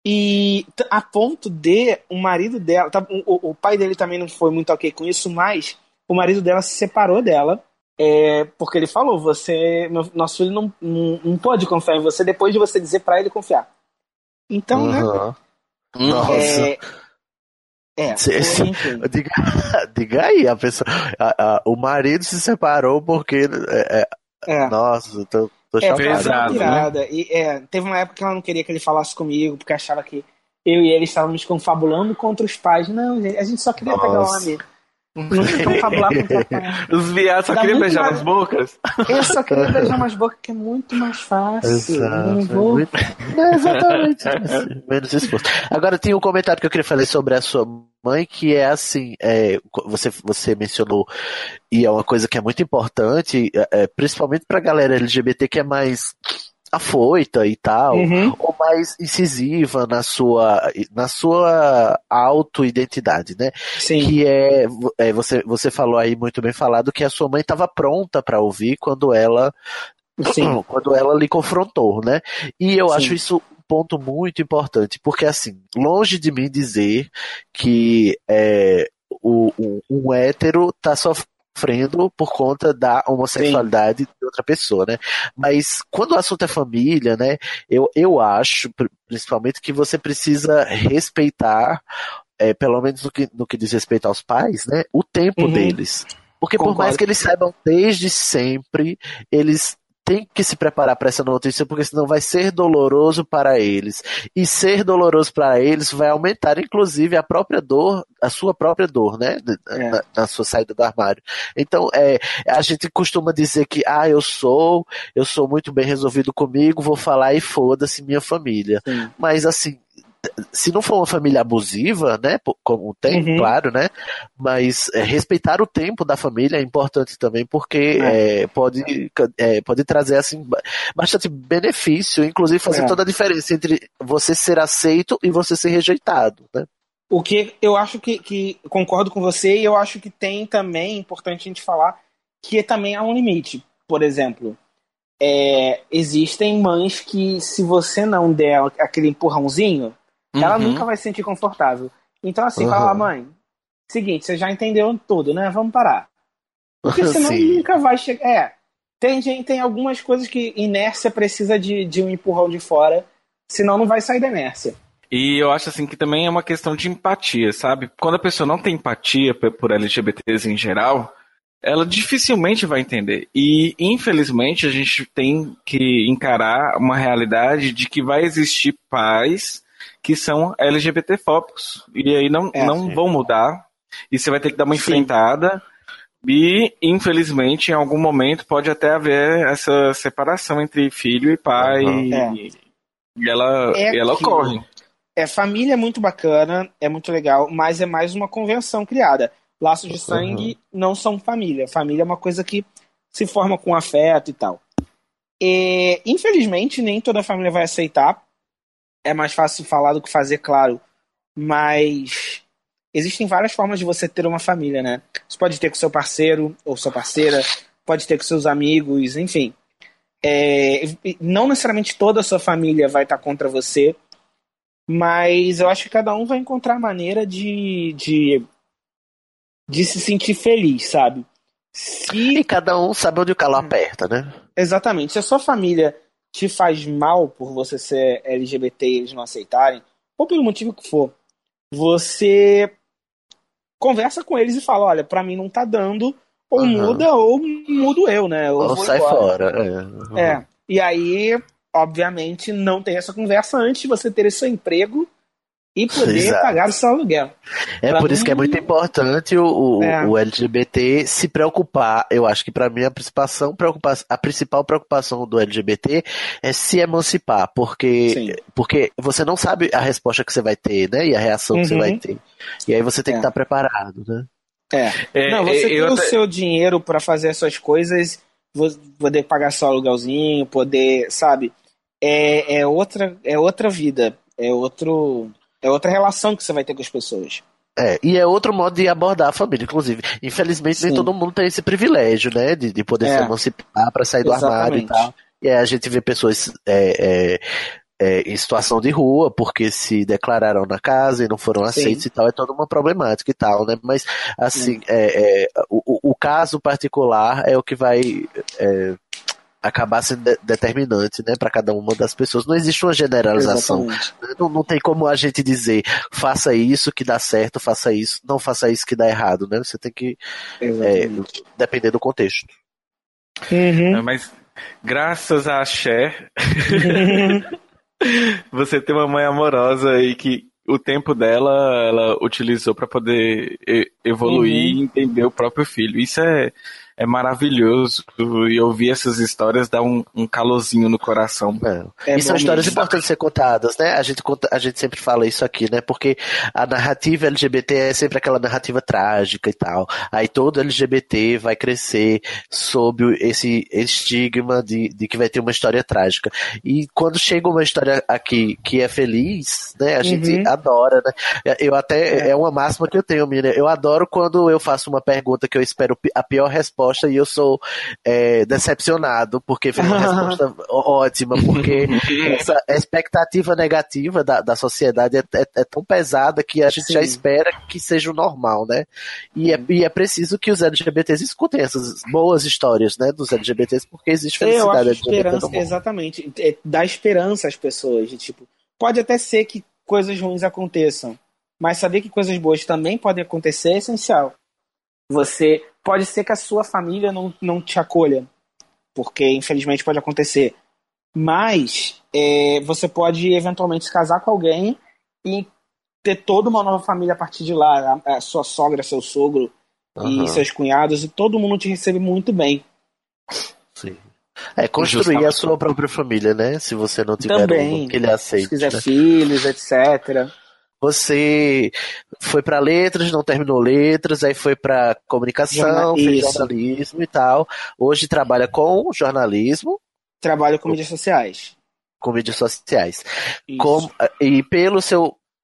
E a ponto de o marido dela, tá, o, o pai dele também não foi muito ok com isso, mas o marido dela se separou dela, é, porque ele falou, você, meu, nosso filho não, não, não pode confiar em você depois de você dizer pra ele confiar. Então, uhum. né? Nossa. É, é cê, cê, diga, diga aí, a pessoa, a, a, o marido se separou porque é, é, é. Nossa, tô Tô é, pesado, virada. Né? E, é, teve uma época que ela não queria que ele falasse comigo, porque achava que eu e ele estávamos confabulando contra os pais. Não, gente, a gente só queria Nossa. pegar o homem. Não queria confabular contra o pai. Os viados só Dá queriam beijar mais... nas bocas. Eu só queria beijar umas bocas, que é muito mais fácil. Exato. Não vou... Muito... Não, exatamente. Menos esforço. Agora tem um comentário que eu queria fazer sobre a sua mãe, que é assim, é, você, você mencionou, e é uma coisa que é muito importante, é, principalmente pra galera L G B T que é mais afoita e tal, uhum. ou mais incisiva na sua, na sua auto-identidade, né? Sim. Que é, é você, você falou aí muito bem falado que a sua mãe estava pronta para ouvir quando ela, Sim. quando ela lhe confrontou, né? E eu Sim. acho isso um ponto muito importante, porque assim, longe de mim dizer que é, o, o, um hétero tá sofrendo sofrendo por conta da homossexualidade Sim. de outra pessoa, né? Mas quando o assunto é família, né? Eu, eu acho, principalmente, que você precisa respeitar, é, pelo menos no que, no que diz respeito aos pais, né? O tempo uhum. deles. Porque Concordo. Por mais que eles saibam desde sempre, eles tem que se preparar para essa notícia, porque senão vai ser doloroso para eles. E ser doloroso para eles vai aumentar, inclusive, a própria dor, a sua própria dor, né? É. Na, na sua saída do armário. Então, é, a gente costuma dizer que, ah, eu sou, eu sou muito bem resolvido comigo, vou falar e foda-se minha família. Sim. Mas, assim, se não for uma família abusiva, né, como tem, uhum. claro, né, mas é, respeitar o tempo da família é importante também, porque é. É, pode, é, pode trazer, assim, bastante benefício, inclusive fazer é. toda a diferença entre você ser aceito e você ser rejeitado, né. O que eu acho que, que concordo com você, e eu acho que tem também, é importante a gente falar, que também há um limite. Por exemplo, é, existem mães que, se você não der aquele empurrãozinho, uhum. ela nunca vai se sentir confortável. Então, assim, uhum. fala, mãe, seguinte, você já entendeu tudo, né? Vamos parar. Porque senão Sim. nunca vai chegar. É, tem, tem algumas coisas que inércia precisa de, de um empurrão de fora, senão não vai sair da inércia. E eu acho assim que também é uma questão de empatia, sabe? Quando a pessoa não tem empatia por L G B Ts em geral, ela dificilmente vai entender. E, infelizmente, a gente tem que encarar uma realidade de que vai existir pais que são L G B T-fóbicos. E aí não, é, não vão mudar. E você vai ter que dar uma sim. enfrentada. E, infelizmente, em algum momento pode até haver essa separação entre filho e pai. Uhum. É. E ela, é e ela ocorre. É, família é muito bacana, é muito legal, mas é mais uma convenção criada. Laços de sangue uhum. não são família. Família é uma coisa que se forma com afeto e tal. E, infelizmente, nem toda família vai aceitar. É mais fácil falar do que fazer, claro. Mas existem várias formas de você ter uma família, né? Você pode ter com seu parceiro ou sua parceira, pode ter com seus amigos, enfim. É, não necessariamente toda a sua família vai estar contra você, mas eu acho que cada um vai encontrar a maneira de... de de se sentir feliz, sabe? Se... E cada um sabe onde o calo aperta, né? Exatamente. Se a sua família te faz mal por você ser L G B T e eles não aceitarem, ou pelo motivo que for, você conversa com eles e fala, olha, pra mim não tá dando, ou uhum. muda, ou mudo eu, né? Ou, ou sai embora. fora. É. Uhum. é. E aí, obviamente, não tem essa conversa antes de você ter esse seu emprego e poder Exato. pagar o seu aluguel. É pra por mim, isso que é muito importante o, o, é. o L G B T se preocupar. Eu acho que para mim a preocupação, a principal preocupação do L G B T é se emancipar, porque, porque você não sabe a resposta que você vai ter, né? E a reação uhum. que você vai ter. E aí você tem é. que estar preparado, né? É. é não, você tem o até... seu dinheiro para fazer as suas coisas, poder pagar seu aluguelzinho, poder, sabe? É, é, outra, é outra vida. É outro... É outra relação que você vai ter com as pessoas. É, e é outro modo de abordar a família, inclusive. Infelizmente, Sim. nem todo mundo tem esse privilégio, né? De, de poder é. se emancipar para sair do Exatamente. armário e tal. E aí a gente vê pessoas é, é, é, em situação de rua, porque se declararam na casa e não foram aceitos Sim. e tal. É toda uma problemática e tal, né? Mas, assim, é, é, o, o caso particular é o que vai... É, acabar sendo de- determinante, né, para cada uma das pessoas. Não existe uma generalização. Não, não tem como a gente dizer faça isso que dá certo, faça isso, não faça isso que dá errado, né? Você tem que é, depender do contexto. Uhum. Mas graças a Cher você tem uma mãe amorosa e que o tempo dela ela utilizou para poder e- evoluir uhum. e entender o próprio filho. Isso é É maravilhoso, e ouvir essas histórias dá um, um calorzinho no coração. É. É e são histórias mesmo. importantes de ser contadas, né? A gente, conta, a gente sempre fala isso aqui, né? Porque a narrativa L G B T é sempre aquela narrativa trágica e tal. Aí todo L G B T vai crescer sob esse estigma de, de que vai ter uma história trágica. E quando chega uma história aqui que é feliz, né? A gente uhum. adora, né? Eu até, é. é uma máxima que eu tenho, Miriam. Eu adoro quando eu faço uma pergunta que eu espero a pior resposta e eu sou é, decepcionado porque foi uma resposta ótima, porque essa expectativa negativa da, da sociedade é, é, é tão pesada que a gente Sim. já espera que seja o normal, né? E é, e é preciso que os L G B Ts escutem essas boas histórias, né, dos L G B Ts, porque existe felicidade. Eu acho esperança, exatamente, é, dá esperança às pessoas, de, tipo, pode até ser que coisas ruins aconteçam, mas saber que coisas boas também podem acontecer é essencial. Você pode ser que a sua família não, não te acolha, porque infelizmente pode acontecer, mas é, você pode eventualmente se casar com alguém e ter toda uma nova família a partir de lá, a, a sua sogra, seu sogro uhum. e seus cunhados, e todo mundo te recebe muito bem. Sim. É construir a sua própria família, né? Se você não tiver Também, um que ele aceite. Se quiser né? filhos, etcétera. Você foi para letras, não terminou letras, aí foi para comunicação, Jorna... fez jornalismo e tal. Hoje trabalha com jornalismo. Trabalho com mídias sociais. Com mídias sociais. Com, e pelo seu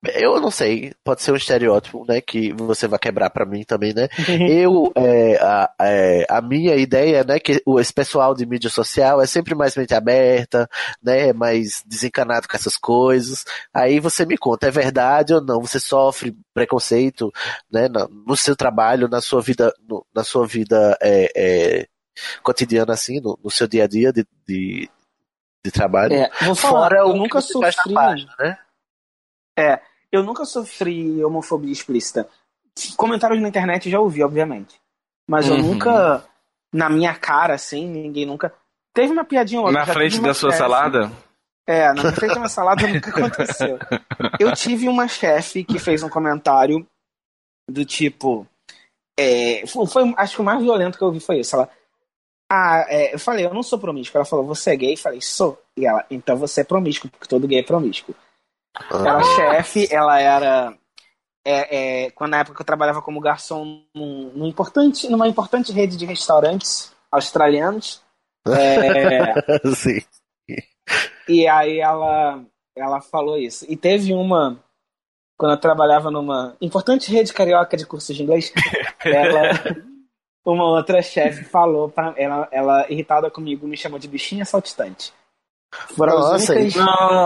Eu não sei, pode ser um estereótipo, né, que você vai quebrar pra mim também, né? Eu, é, a, é, a minha ideia, né, que o- esse pessoal de mídia social é sempre mais mente aberta, né, mais desencanado com essas coisas. Aí você me conta, é verdade ou não? Você sofre preconceito, né, no, no seu trabalho, na sua vida, no- na sua vida é, é, cotidiana, assim, no, no seu dia a dia de, de, de trabalho? É, vou falar, Fora eu o que nunca você faz na sofri. página, né? É, eu nunca sofri homofobia explícita. Comentários na internet eu já ouvi, obviamente. Mas eu Uhum. nunca, na minha cara, assim, ninguém nunca. Teve uma piadinha ou outra. Na Já tive frente uma da sua chefe- salada? É, na minha frente da minha salada nunca aconteceu. Eu tive uma chefe que fez um comentário do tipo. É, foi, foi- acho que o mais violento que eu ouvi foi isso. Ela. Ah, é, eu falei, eu não sou promíscuo. Ela falou, você é gay? Eu falei, sou. E ela, então você é promíscuo, porque todo gay é promíscuo. Ela Ah, chefe, ela era. É, é, quando na época que eu trabalhava como garçom num, num importante, numa importante rede de restaurantes australianos. É, sim. e aí ela, ela falou isso. E teve uma, quando eu trabalhava numa importante rede carioca de cursos de inglês, ela, uma outra chefe falou para ela, ela irritada comigo, me chamou de bichinha saltitante. Foram as Nossa, únicas.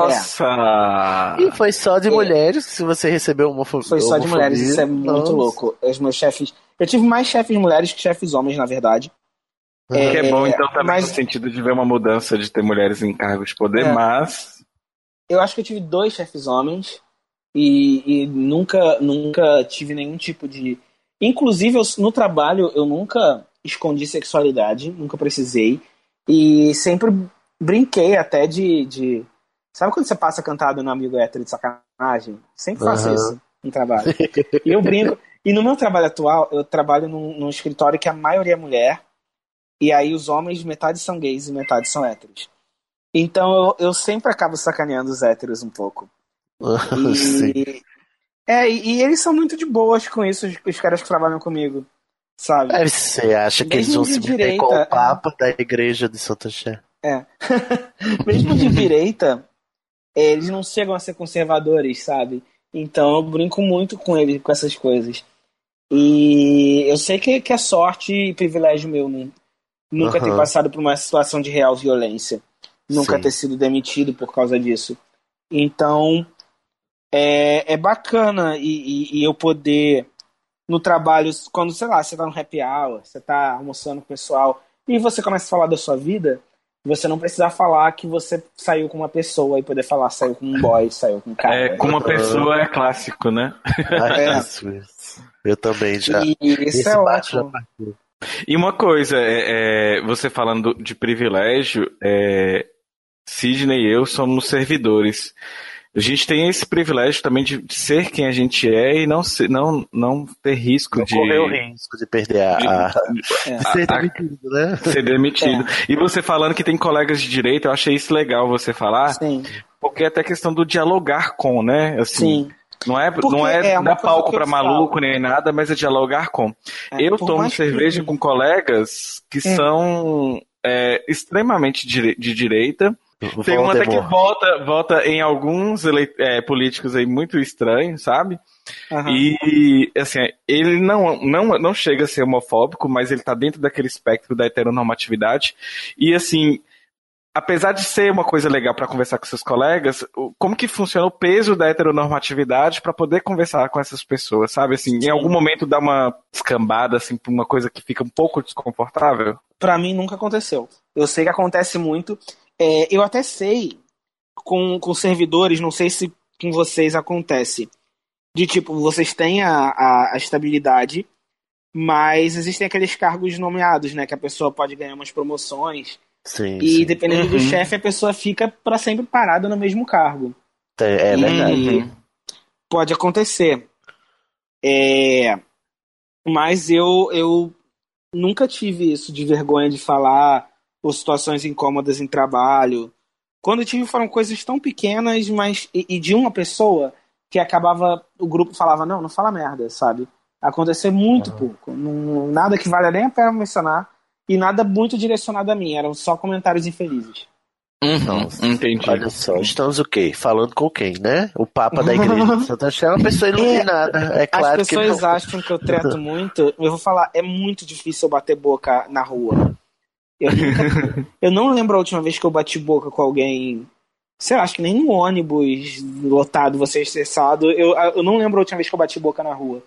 Nossa! e foi só de É. mulheres que se você recebeu homofo- Foi só de mulheres, homofobia. isso é muito nossa. louco. Os meus chefes. Eu tive mais chefes mulheres que chefes homens, na verdade. Que é bom, É, então, também mas- no sentido de ver uma mudança de ter mulheres em cargos de poder, É. mas. Eu acho que eu tive dois chefes homens e, e nunca, nunca tive nenhum tipo de. Inclusive, eu- no trabalho, eu nunca escondi sexualidade, nunca precisei. E sempre brinquei até de. de... Sabe quando você passa cantado no amigo hétero de sacanagem? Sempre faço Aham. isso no trabalho. E eu brinco. E no meu trabalho atual, eu trabalho num, num escritório que a maioria é mulher. E aí os homens, metade são gays e metade são héteros. Então eu, eu sempre acabo sacaneando os héteros um pouco. Sim. E, é, e, e eles são muito de boas com isso, os, os caras que trabalham comigo, sabe? Aí você acha que eles Mesmo vão de se meter direita, com é. o Papa da igreja de Santa Sé? É. Mesmo de direita, é, eles não chegam a ser conservadores, sabe? Então eu brinco muito com eles, com essas coisas. E eu sei que, que é sorte e privilégio meu, né? Nunca ter Aham. passado por uma situação de real violência. Nunca Sim. ter sido demitido por causa disso. Então, é, é bacana e, e- e eu poder, no trabalho, quando, sei lá, você tá no happy hour, você tá almoçando com o pessoal e você começa a falar da sua vida, você não precisar falar que você saiu com uma pessoa e poder falar saiu com um boy, saiu com um cara. É, com uma pessoa é clássico, né? Ai, É. isso, isso. Eu também já. E isso Esse é barco já ótimo. partiu. E uma coisa, é, é, você falando de privilégio, é, Sidney e eu somos servidores. A gente tem esse privilégio também de de ser quem a gente é e não, ser- não, não ter risco Não de, correu o risco de perder a, a- É. de ser a- a- demitido, né? ser demitido. É. E você falando que tem colegas de direito, eu achei isso legal você falar, Sim, porque é até questão do dialogar com, né? Assim, sim. não é, Porque não é, é uma dar coisa palco que eu pra maluco falo. nem nada, mas é dialogar com. É, Eu por tomo mais que- cerveja com colegas que Hum. são é, extremamente dire- de direita. Tem um até que Voldemort. vota, vota em alguns ele- é, políticos aí muito estranhos, sabe? Aham. E, assim, ele não, não, não chega a ser homofóbico, mas ele tá dentro daquele espectro da heteronormatividade. E, assim, apesar de ser uma coisa legal para conversar com seus colegas, o- como que funciona o peso da heteronormatividade para poder conversar com essas pessoas, sabe? Assim, em algum momento dá uma escambada, assim, pra uma coisa que fica um pouco desconfortável? Pra mim nunca aconteceu. Eu sei que acontece muito. É, eu até sei com, com servidores, não sei se com vocês acontece. De tipo, vocês têm a, a, a estabilidade, mas existem aqueles cargos nomeados, né? Que a pessoa pode ganhar umas promoções. Sim, E sim. dependendo do Uhum. chefe, a pessoa fica pra sempre parada no mesmo cargo. É, é E- verdade. Uhum. Pode acontecer. É, mas eu, eu nunca tive isso de vergonha de falar ou situações incômodas em trabalho. Quando eu tive foram coisas tão pequenas, mas e, e de uma pessoa que acabava, o grupo falava, não, não fala merda, sabe? Aconteceu muito pouco. Não, nada que valha nem a pena mencionar e nada muito direcionado a mim. Eram só comentários infelizes. Uhum, entendi. Olha só, estamos o quê? Falando com quem, né? O Papa da Igreja de Santo Agostinho é uma pessoa iluminada. É, é claro as pessoas que não... acham que eu trato muito. Eu vou falar, é muito difícil eu bater boca na rua. Eu, nunca, eu não lembro a última vez que eu bati boca com alguém. Sei lá, acho que nem no ônibus lotado, você estressado. Eu, eu não lembro a última vez que eu bati boca na rua.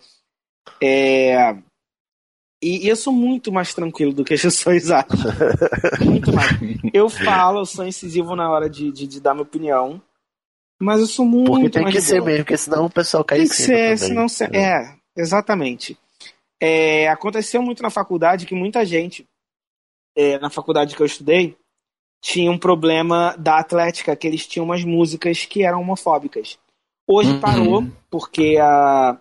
É... E, e eu sou muito mais tranquilo do que as pessoas acham. Muito mais. Eu falo, eu sou incisivo na hora de, de, de dar minha opinião. Mas eu sou muito Porque tem mais que de ser boa. mesmo, porque senão o pessoal cai Tem em que cima ser, também. senão... Se... É, exatamente. É, aconteceu muito na faculdade que muita gente, é, na faculdade que eu estudei, tinha um problema da Atlética, que eles tinham umas músicas que eram homofóbicas. Hoje Uhum. parou, porque a,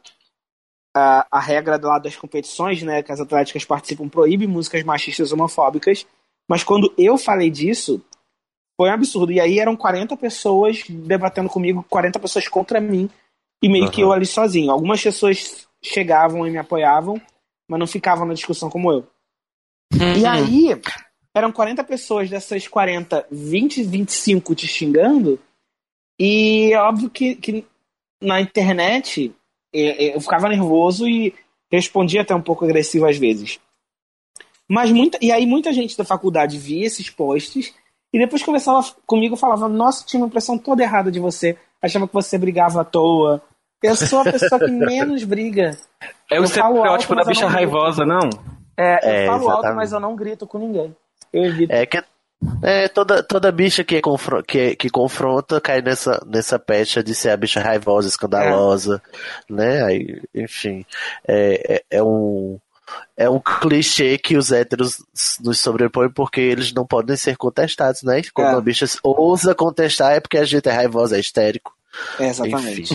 a, a regra lá das competições, né, que as atléticas participam, proíbe músicas machistas homofóbicas, mas quando eu falei disso, foi um absurdo. E aí eram quarenta pessoas debatendo comigo, quarenta pessoas contra mim, e meio uhum. que eu ali sozinho. Algumas pessoas chegavam e me apoiavam, mas não ficavam na discussão como eu. Uhum. E aí, eram quarenta pessoas, dessas quarenta, vinte, vinte e cinco te xingando, e é óbvio que, que na internet eu ficava nervoso e respondia até um pouco agressivo às vezes. Mas muita, e aí muita gente da faculdade via esses posts e depois conversava comigo e falava: nossa, tinha uma impressão toda errada de você, achava que você brigava à toa. Eu sou a pessoa que menos briga. É o estereótipo da bicha raivosa, não? É, eu é, falo exatamente. alto, mas eu não grito com ninguém. Eu evito. É que é, toda, toda bicha que, confron- que, que confronta cai nessa, nessa pecha de ser a bicha raivosa, escandalosa, é. né? Aí, enfim, é, é, é um é um clichê que os héteros nos sobrepõem porque eles não podem ser contestados, né? Quando é. a bicha ousa contestar é porque a gente é raivosa, é histérico. É, exatamente.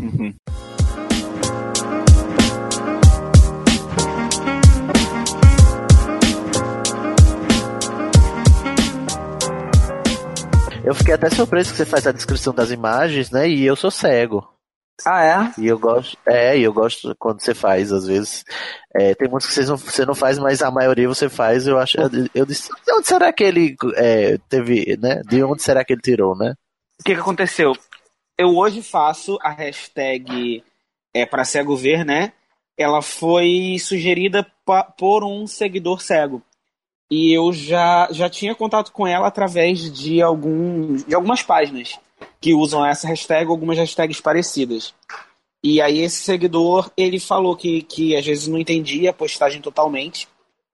Eu fiquei até surpreso que você faz a descrição das imagens, né? E eu sou cego. Ah, é? E eu gosto, é, e eu gosto quando você faz, às vezes. É, tem muitos que você não, você não faz, mas a maioria você faz. Eu acho. Eu, eu disse, de onde será que ele é, teve, né? De onde será que ele tirou, né? O que, que aconteceu? Eu hoje faço a hashtag é, para cego ver, né? Ela foi sugerida pa, por um seguidor cego. E eu já, já tinha contato com ela através de, algum, de algumas páginas que usam essa hashtag, algumas hashtags parecidas. E aí esse seguidor, ele falou que, que às vezes não entendia a postagem totalmente,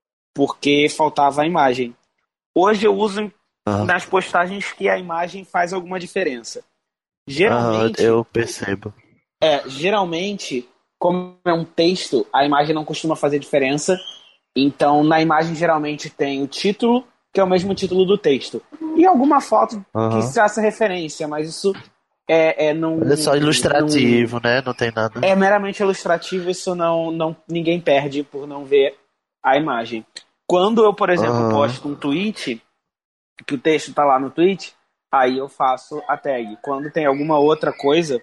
porque faltava a imagem. Hoje eu uso ah. nas postagens que a imagem faz alguma diferença. Geralmente... Ah, eu percebo. É, geralmente, como é um texto, a imagem não costuma fazer diferença. Então, na imagem, geralmente tem o título, que é o mesmo título do texto. E alguma foto uhum. que se faça referência, mas isso é, é não... É só ilustrativo, não, né? Não tem nada... É meramente ilustrativo, isso não, não ninguém perde por não ver a imagem. Quando eu, por exemplo, uhum. posto um tweet, que o texto tá lá no tweet, aí eu faço a tag. Quando tem alguma outra coisa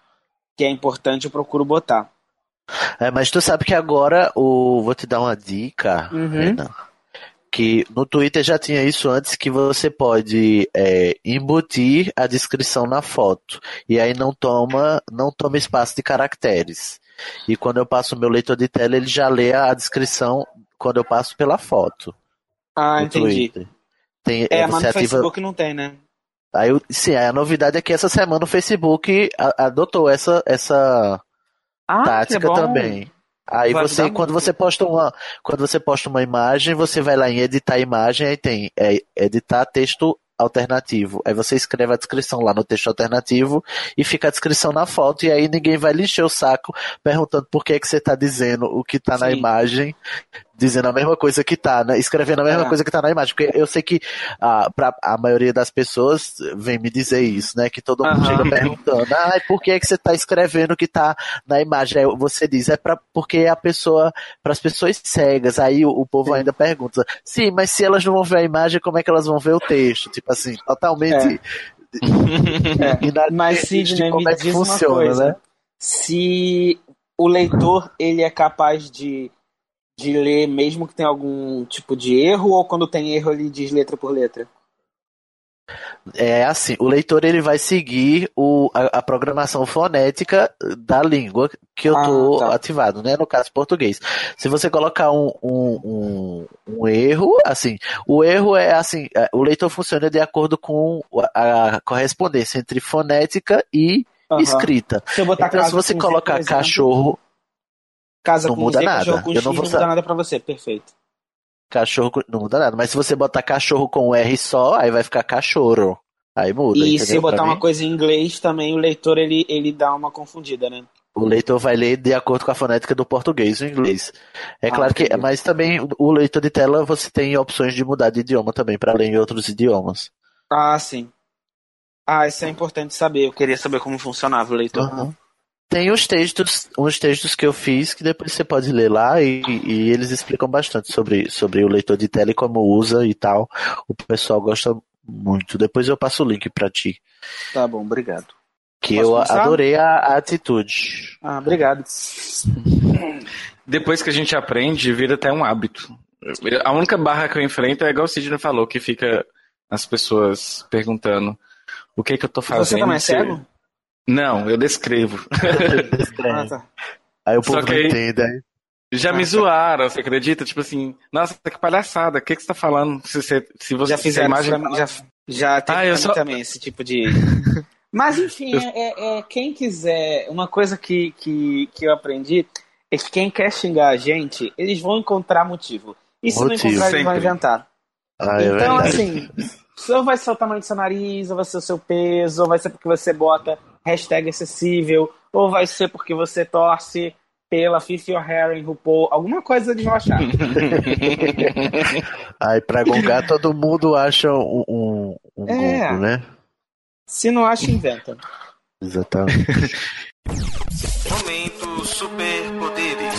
que é importante, eu procuro botar. É, mas tu sabe que agora, o... vou te dar uma dica, uhum. Renan, que no Twitter já tinha isso antes, que você pode é, embutir a descrição na foto, e aí não toma, não toma espaço de caracteres. E quando eu passo o meu leitor de tela, ele já lê a descrição quando eu passo pela foto. Ah, entendi. Tem, é, é, mas no ativa... Facebook não tem, né? Aí, sim, a novidade é que essa semana o Facebook adotou essa... essa... Ah, tática também. Aí vai você, quando você posta uma, quando você posta uma imagem, você vai lá em editar a imagem, aí tem é, editar texto alternativo. Aí você escreve a descrição lá no texto alternativo e fica a descrição na foto, e aí ninguém vai lhe encher o saco perguntando por que é que você está dizendo o que está na imagem, dizendo a mesma coisa que tá, né? Escrevendo a mesma é. coisa que tá na imagem. Porque eu sei que a, pra, a maioria das pessoas vem me dizer isso, né? Que todo mundo uhum. chega perguntando, ah, por que é que você tá escrevendo o que tá na imagem? Aí você diz, é pra, porque a pessoa, para as pessoas cegas. Aí o, o povo sim. ainda pergunta, sim, mas se elas não vão ver a imagem, como é que elas vão ver o texto? Tipo assim, totalmente... É. é. Mas Sidney, como me é que diz funciona, uma coisa, né? Se o leitor, ele é capaz de de ler mesmo que tenha algum tipo de erro, ou quando tem erro ele diz letra por letra? É assim, o leitor ele vai seguir o, a, a programação fonética da língua que eu tô Ah, tá. ativado, né? No caso, português. Se você colocar um, um, um, um erro, assim, o erro é assim, é, o leitor funciona de acordo com a, a correspondência entre fonética e Aham. escrita. Se eu botar Então, se casa você com Z, por colocar exemplo, cachorro, casa não com muda Z, nada. cachorro com Eu X, não não vou muda sa- nada pra você. Perfeito. Cachorro com- não muda nada. Mas se você botar cachorro com R só, aí vai ficar cachorro. Aí muda, E entendeu? se botar Pra uma mim? coisa em inglês também, o leitor ele, ele dá uma confundida, né? O leitor vai ler de acordo com a fonética do português ou inglês. É Ah, claro que, entendi. mas também o o leitor de tela você tem opções de mudar de idioma também para ler em outros idiomas. Ah, sim. Ah, isso é importante saber. Eu queria saber como funcionava o leitor. Aham. Tem uns textos, uns textos que eu fiz que depois você pode ler lá e, e eles explicam bastante sobre, sobre o leitor de tela e como usa e tal. O pessoal gosta muito. Depois eu passo o link para ti, Tá bom, obrigado. que Posso eu começar? adorei a, a atitude. Ah, obrigado. Depois que a gente aprende, vira até um hábito. A única barra que eu enfrento é igual o Sidney falou, que fica as pessoas perguntando o que que eu tô fazendo. Você também é se- cego? Não, eu descrevo. Ah, tá. Aí o Só povo que não aí- entende. Aí. Já me zoaram, você acredita? Tipo assim, nossa, que palhaçada, o que que você tá falando? Se você, se você Já se a fizeram imagem... pra mim, já, já teve Ah, eu pra mim só- também esse tipo de... Mas enfim, é, é- é quem quiser... Uma coisa que, que, que eu aprendi é que quem quer xingar a gente, eles vão encontrar motivo. E se não Motivo, encontrar, eles vão sempre. inventar. Ah, é Então, verdade. assim, se ou vai ser o tamanho do seu nariz, ou vai ser o seu peso, ou vai ser porque você bota hashtag acessível, ou vai ser porque você torce pela Fifth Your Hair em RuPaul, alguma coisa eles vão achar. Aí pra gongar todo mundo acha um, um, um É. gongo, né? Se não acha, inventa. Exatamente. Momento superpoderes.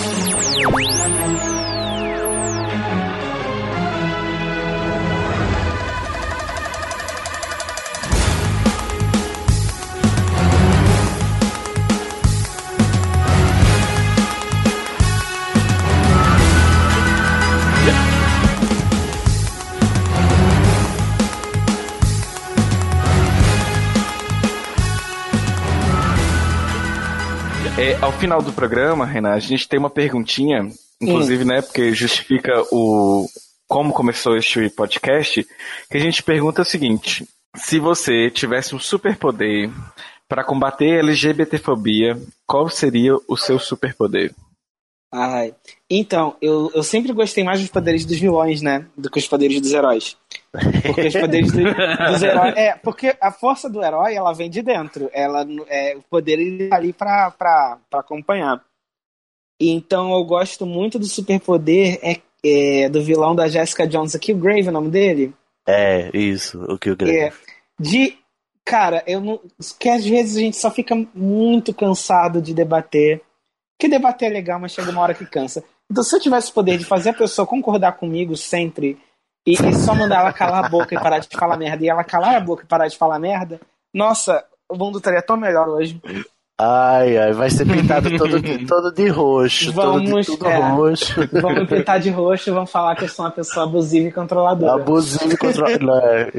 É, ao final do programa, Renan, a gente tem uma perguntinha, inclusive, né, porque justifica o como começou este podcast, que a gente pergunta o seguinte: se você tivesse um superpoder para combater a LGBTfobia, qual seria o seu superpoder? Ai. Então, eu, eu sempre gostei mais dos poderes dos vilões, né? Do que os poderes dos heróis. Porque os poderes do- dos heróis. É, porque a força do herói, ela vem de dentro. Ela, é, o poder ele tá ali pra, pra, pra acompanhar. E então eu gosto muito do superpoder é, é, do vilão da Jessica Jones aqui, o Grave, o nome dele. É, isso, o que eu É, queria. de. Cara, eu não. Que às vezes a gente só fica muito cansado de debater. Que debater é legal, mas chega uma hora que cansa. Então, se eu tivesse o poder de fazer a pessoa concordar comigo sempre e, e só mandar ela calar a boca e parar de falar merda, e ela calar a boca e parar de falar merda, nossa, o mundo estaria tão melhor hoje. Ai, ai, vai ser pintado todo de, todo de roxo, Vamos, todo de tudo é. roxo. Vamos pintar de roxo e vamos falar que eu sou uma pessoa abusiva e controladora. Abusivo e controlado.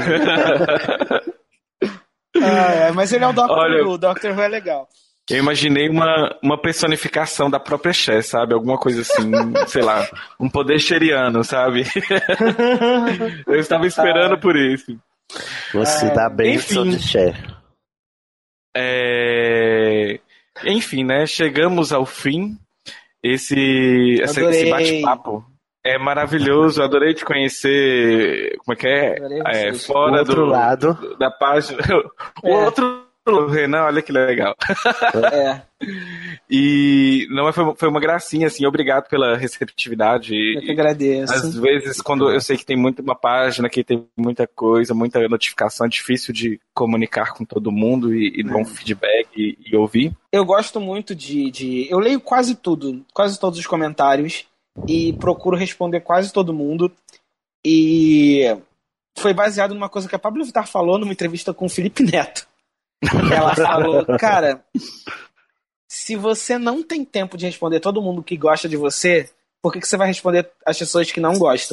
Ah, é, mas ele é o doutor Olha- Who, o doutor Who é legal. Eu imaginei uma, uma personificação da própria Cher, sabe? Alguma coisa assim, sei lá, um poder cheriano, sabe? Eu estava esperando por isso. Você dá benção enfim. de Cher. É... Enfim, né? Chegamos ao fim. Esse, essa- esse Adorei. bate-papo é maravilhoso. Adorei te conhecer. Como é que é? Adorei É, vocês. fora O outro do, lado. da página. O É. outro, Renan, olha que legal. É, E não foi, foi uma gracinha, assim. Obrigado pela receptividade. eu que agradeço. Às vezes, quando eu sei que tem muito uma página que tem muita coisa, muita notificação, é difícil de comunicar com todo mundo e, e dar um feedback e, e ouvir. Eu gosto muito de, de. Eu leio quase tudo, quase todos os comentários e procuro responder quase todo mundo. E foi baseado numa coisa que a Pablo Vittar falou numa entrevista com o Felipe Neto. Ela falou, cara, se você não tem tempo de responder todo mundo que gosta de você, por que, que você vai responder as pessoas que não gostam?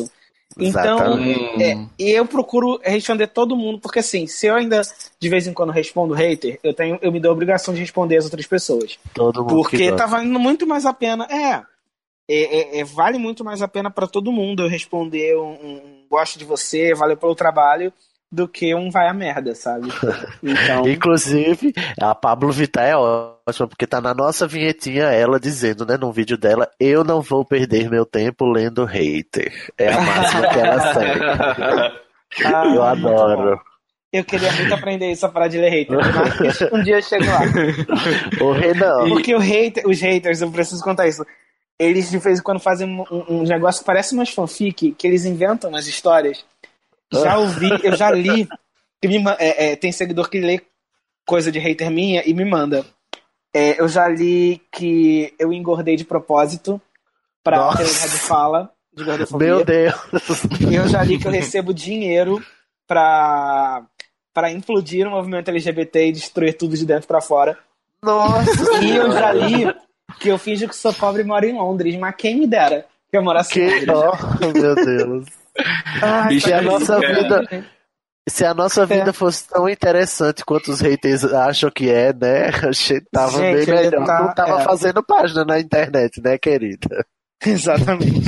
Então, é, eu procuro responder todo mundo, porque assim, se eu ainda de vez em quando respondo hater, eu, tenho, eu me dou a obrigação de responder as outras pessoas. Todo mundo porque tá valendo muito mais a pena. É, é, é vale muito mais a pena pra todo mundo eu responder um, um gosto de você, valeu pelo trabalho, do que um vai a merda, sabe? Então... Inclusive, a Pablo Vittar é ótima, porque tá na nossa vinhetinha ela dizendo, né, num vídeo dela, eu não vou perder meu tempo lendo hater. É a máxima que ela segue. Ah, eu adoro. Eu queria muito aprender isso, a parar de ler hater, mas um dia eu chego lá. O Renan. Porque o hater, os haters, eu preciso contar isso, eles de vez em quando fazem um, um negócio que parece umas fanfic, que eles inventam nas histórias. Já ouvi, eu já li, que me, é, é, tem seguidor que lê coisa de hater minha e me manda. É, eu já li que eu engordei de propósito pra ter lugar de fala de gordofobia. Meu Deus! E eu já li que eu recebo dinheiro pra, pra implodir o movimento L G B T e destruir tudo de dentro pra fora. Nossa! E eu já li que eu finjo que sou pobre e moro em Londres, mas quem me dera que eu morasse em Londres. Oh, meu Deus! Ai, se a nossa vida, se a nossa vida é. fosse tão interessante quanto os haters acham que é, né? A gente tava gente, bem melhor. Tá, Não tava é. fazendo página na internet, né, querida? Exatamente.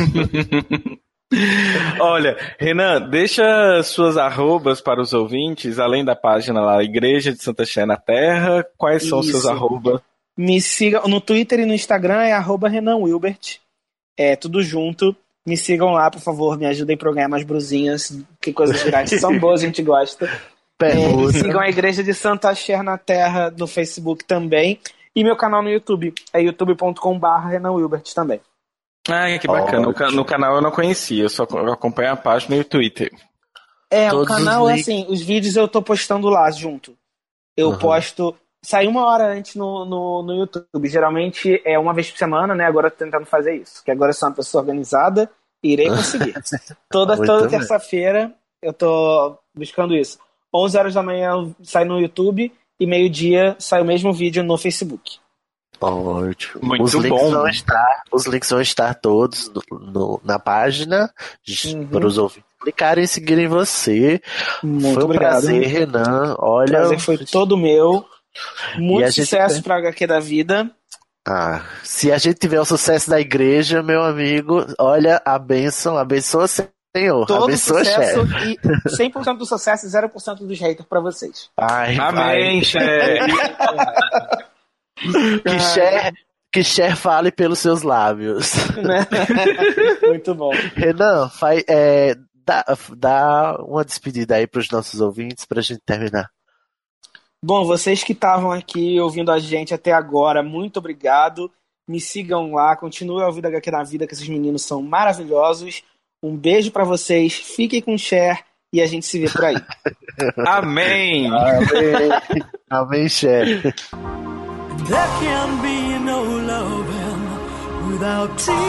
Olha, Renan, deixa suas arrobas para os ouvintes, além da página lá, Igreja de Santa Ché na Terra. Quais são os seus arrobas? Me sigam no Twitter e no Instagram, é arroba Renan Wilbert. É tudo junto. Me sigam lá, por favor, me ajudem para ganhar mais brusinhas, que coisas virais são boas, a gente gosta. É, sigam a Igreja de Santa Cher na Terra no Facebook também. E meu canal no YouTube, é youtube ponto com barra Renan Wilbert também. Ah, que bacana. Oh, no canal eu não conhecia, eu só acompanho a página e o Twitter. É, Todos o canal é assim, os vídeos eu tô postando lá junto. Eu uhum. posto... Sai uma hora antes no, no, no YouTube. Geralmente é uma vez por semana, né? Agora eu tô tentando fazer isso. Que agora eu sou uma pessoa organizada e irei conseguir. toda toda terça-feira eu tô buscando isso. onze horas da manhã sai no YouTube e meio-dia sai o mesmo vídeo no Facebook. Ótimo. Muito os links bom. Vão estar, os links vão estar todos no, no, na página uhum. para os ouvintes clicarem e seguirem você. Muito foi um obrigado. prazer, Renan. Olha, o prazer foi todo meu. Muito sucesso gente... pra H Q da vida. Ah, se a gente tiver o sucesso da igreja, meu amigo, olha, a bênção, abençoa Senhor, todo abençoa sucesso e cem por cento do sucesso e zero por cento dos haters pra vocês. Ai, amém, chefe. que Cher que Cher fale pelos seus lábios. Muito bom. Renan, faz, é, dá, dá uma despedida aí pros nossos ouvintes pra gente terminar. Bom, vocês que estavam aqui ouvindo a gente até agora, muito obrigado. Me sigam lá, continuem a ouvir a H Q da vida, que esses meninos são maravilhosos. Um beijo pra vocês, fiquem com o Cher e a gente se vê por aí. Amém! Amém, Amém, Cher. There can be no loving without tears.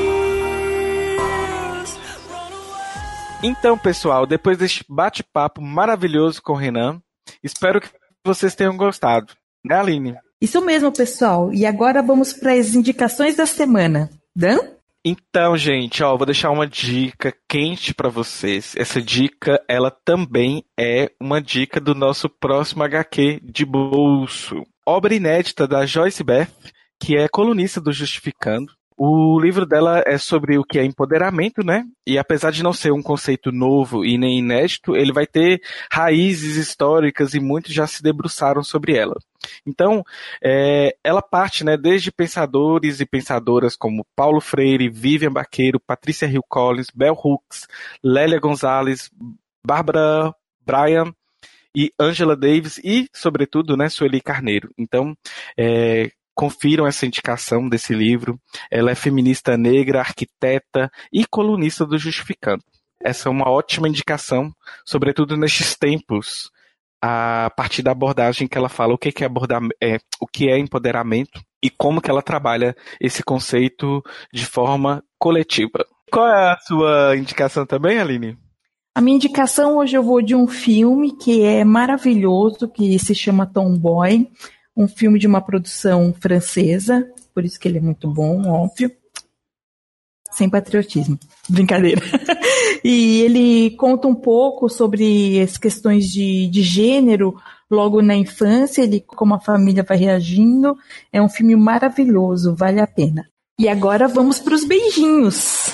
Então, pessoal, depois deste bate-papo maravilhoso com o Renan, espero que vocês tenham gostado, né, Aline? Isso mesmo, pessoal. E agora vamos para as indicações da semana. Dan? Então, gente, ó, vou deixar uma dica quente para vocês. Essa dica, ela também é uma dica do nosso próximo H Q de bolso. Obra inédita da Joyce Beth, que é colunista do Justificando. O livro dela é sobre o que é empoderamento, né? E apesar de não ser um conceito novo e nem inédito, ele vai ter raízes históricas e muitos já se debruçaram sobre ela. Então, é, ela parte, né, desde pensadores e pensadoras como Paulo Freire, Vivian Baqueiro, Patrícia Hill Collins, Bell Hooks, Lélia Gonzalez, Bárbara Bryan e Angela Davis e, sobretudo, né, Sueli Carneiro. Então, é... confiram essa indicação desse livro. Ela é feminista negra, arquiteta e colunista do Justificando. Essa é uma ótima indicação, sobretudo nestes tempos, a partir da abordagem que ela fala o que é, abordar, é, o que é empoderamento e como que ela trabalha esse conceito de forma coletiva. Qual é a sua indicação também, Aline? A minha indicação hoje eu vou de um filme que é maravilhoso, que se chama Tomboy. Um filme de uma produção francesa, por isso que ele é muito bom, óbvio. Sem patriotismo. Brincadeira. E ele conta um pouco sobre as questões de, de gênero logo na infância, ele, como a família vai reagindo. É um filme maravilhoso, vale a pena. E agora vamos para os beijinhos.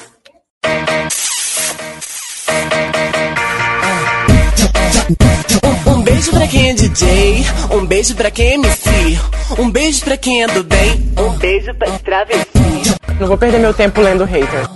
Um, um beijo pra quem é D J, um beijo pra quem é M C, um beijo pra quem é do bem, um beijo pra travesti. Não vou perder meu tempo lendo hater.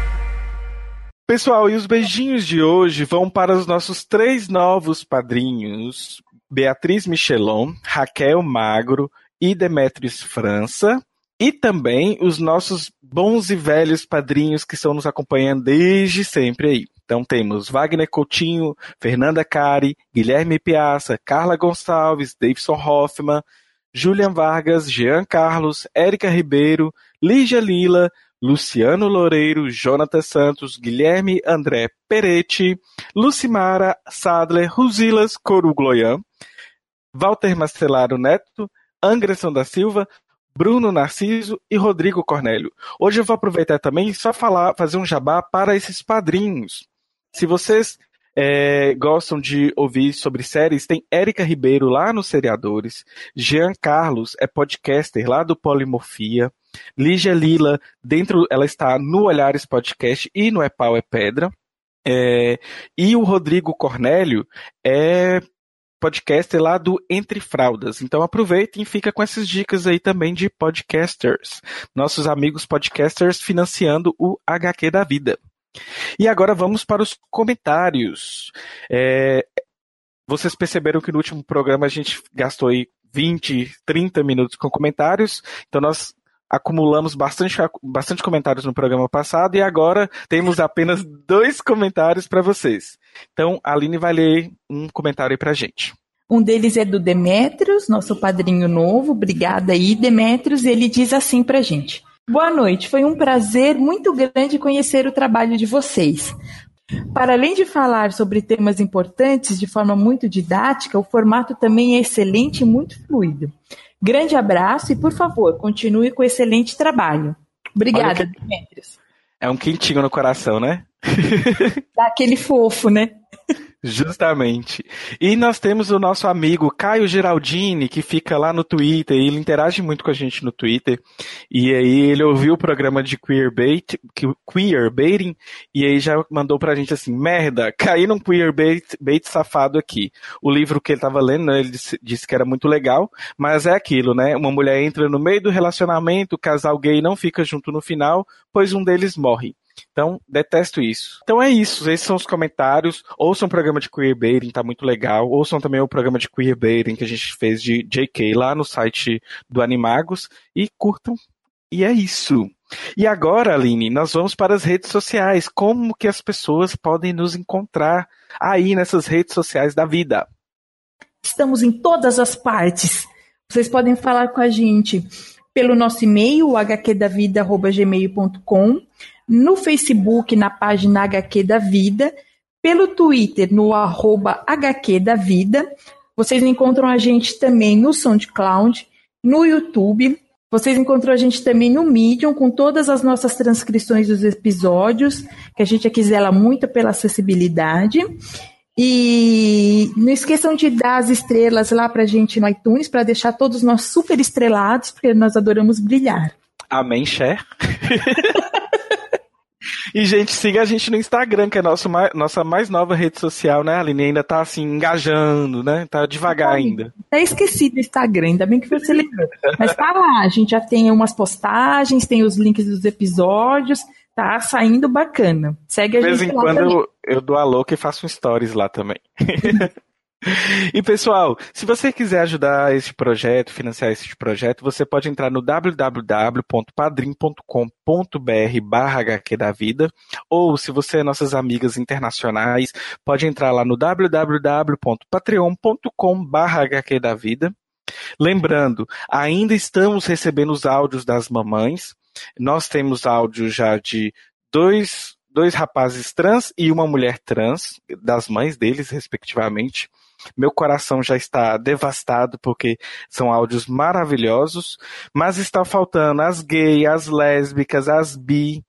Pessoal, e os beijinhos de hoje vão para os nossos três novos padrinhos, Beatriz Michelon, Raquel Magro e Demetrios França, e também os nossos bons e velhos padrinhos que estão nos acompanhando desde sempre aí. Então temos Wagner Coutinho, Fernanda Cari, Guilherme Piazza, Carla Gonçalves, Davidson Hoffman, Julian Vargas, Jean Carlos, Érica Ribeiro, Lígia Lila, Luciano Loureiro, Jonathan Santos, Guilherme André Peretti, Lucimara Sadler, Ruzilas Corugloian, Walter Marcelaro Neto, Anderson da Silva, Bruno Narciso e Rodrigo Cornélio. Hoje eu vou aproveitar também só falar, fazer um jabá para esses padrinhos. Se vocês é, gostam de ouvir sobre séries, tem Érica Ribeiro lá no Seriadores, Jean Carlos é podcaster lá do Polimorfia, Lígia Lila, dentro, ela está no Olhares Podcast e no É Pau é Pedra, é, e o Rodrigo Cornélio é podcaster lá do Entre Fraldas. Então aproveitem e fica com essas dicas aí também de podcasters. Nossos amigos podcasters financiando o H Q da vida. E agora vamos para os comentários. É, vocês perceberam que no último programa a gente gastou aí vinte, trinta minutos com comentários. Então nós acumulamos bastante, bastante comentários no programa passado e agora temos apenas dois comentários para vocês. Então, a Aline vai ler um comentário aí pra gente. Um deles é do Demetrios, nosso padrinho novo. Obrigada aí, Demetrios. Ele diz assim pra gente. Boa noite, foi um prazer muito grande conhecer o trabalho de vocês. Para além de falar sobre temas importantes de forma muito didática, o formato também é excelente e muito fluido. Grande abraço e, por favor, continue com o excelente trabalho. Obrigada, que... Demetrios. É um quentinho no coração, né? Dá aquele fofo, né? Justamente. E nós temos o nosso amigo Caio Giraldini, que fica lá no Twitter, e ele interage muito com a gente no Twitter, e aí ele ouviu o programa de queerbait, queerbaiting, e aí já mandou pra gente assim, merda, caí num queerbait bait safado aqui. O livro que ele tava lendo, né, ele disse, disse que era muito legal, mas é aquilo, né, uma mulher entra no meio do relacionamento, o casal gay não fica junto no final, pois um deles morre. Então, detesto isso. Então é isso, esses são os comentários. Ouçam o programa de queerbaiting, tá muito legal. Ouçam também o programa de queerbaiting que a gente fez de J K lá no site do Animagos. E curtam. E é isso. E agora, Aline, nós vamos para as redes sociais. Como que as pessoas podem nos encontrar aí nessas redes sociais da vida? Estamos em todas as partes. Vocês podem falar com a gente pelo nosso e-mail, h q da vida arroba gmail ponto com, no Facebook, na página H Q da Vida, pelo Twitter, no arroba H Q da Vida. Vocês encontram a gente também no SoundCloud, no YouTube. Vocês encontram a gente também no Medium, com todas as nossas transcrições dos episódios, que a gente aqui zela muito pela acessibilidade. E não esqueçam de dar as estrelas lá pra gente no iTunes, para deixar todos nós super estrelados, porque nós adoramos brilhar. Amém, Cher. E, gente, siga a gente no Instagram, que é nosso, nossa mais nova rede social, né? A Aline ainda tá, assim, engajando, né? Tá devagar ainda. Até esqueci do Instagram, ainda bem que você lembrou. Mas tá lá, a gente já tem umas postagens, tem os links dos episódios, tá saindo bacana. Segue a gente lá. De vez em quando eu, eu dou a louca e faço um stories lá também. E pessoal, se você quiser ajudar esse projeto, financiar esse projeto, você pode entrar no w w w ponto padrim ponto com ponto b r barra H Q da vida, ou se você é nossas amigas internacionais, pode entrar lá no w w w ponto patreon ponto com barra H Q da vida. Lembrando, ainda estamos recebendo os áudios das mamães. Nós temos áudio já de dois, dois rapazes trans e uma mulher trans, das mães deles, respectivamente. Meu coração já está devastado porque são áudios maravilhosos, mas está faltando as gays, as lésbicas, as bi,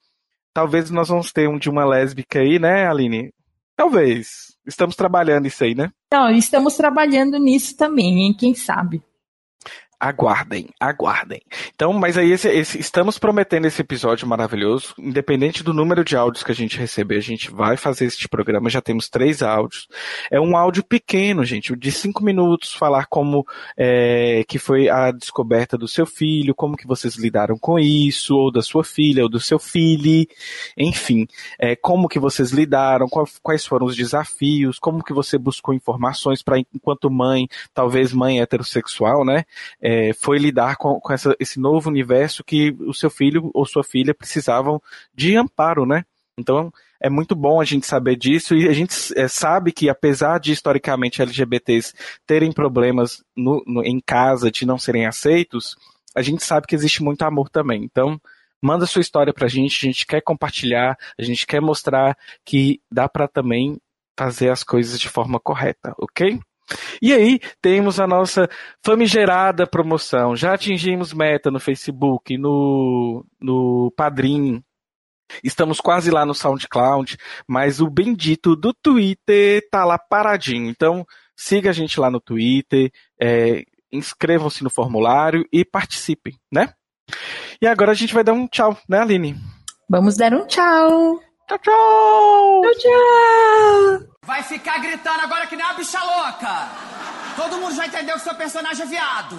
talvez nós vamos ter um de uma lésbica aí, né, Aline? Talvez. Estamos trabalhando isso aí, né? Não, estamos trabalhando nisso também, hein? Quem sabe? Aguardem, aguardem. Então, mas aí esse, esse, estamos prometendo esse episódio maravilhoso, independente do número de áudios que a gente receber, a gente vai fazer este programa, já temos três áudios. É um áudio pequeno, gente, de cinco minutos, falar como é, que foi a descoberta do seu filho, como que vocês lidaram com isso, ou da sua filha, ou do seu filho, enfim, é, como que vocês lidaram, quais foram os desafios, como que você buscou informações para, enquanto mãe, talvez mãe heterossexual, né? É, foi lidar com, com essa, esse novo universo que o seu filho ou sua filha precisavam de amparo, né? Então, é muito bom a gente saber disso e a gente é, sabe que, apesar de, historicamente, L G B Ts terem problemas no, no, em casa, de não serem aceitos, a gente sabe que existe muito amor também. Então, manda sua história pra gente, a gente quer compartilhar, a gente quer mostrar que dá pra também fazer as coisas de forma correta, ok? E aí, temos a nossa famigerada promoção. Já atingimos meta no Facebook, no, no Padrim. Estamos quase lá no SoundCloud, mas o bendito do Twitter tá lá paradinho. Então, siga a gente lá no Twitter, é, inscrevam-se no formulário e participem, né? E agora a gente vai dar um tchau, né, Aline? Vamos dar um tchau. Tchau, tchau! Tchau, tchau! Vai ficar gritando agora que nem uma bicha louca. Todo mundo já entendeu que seu personagem é viado.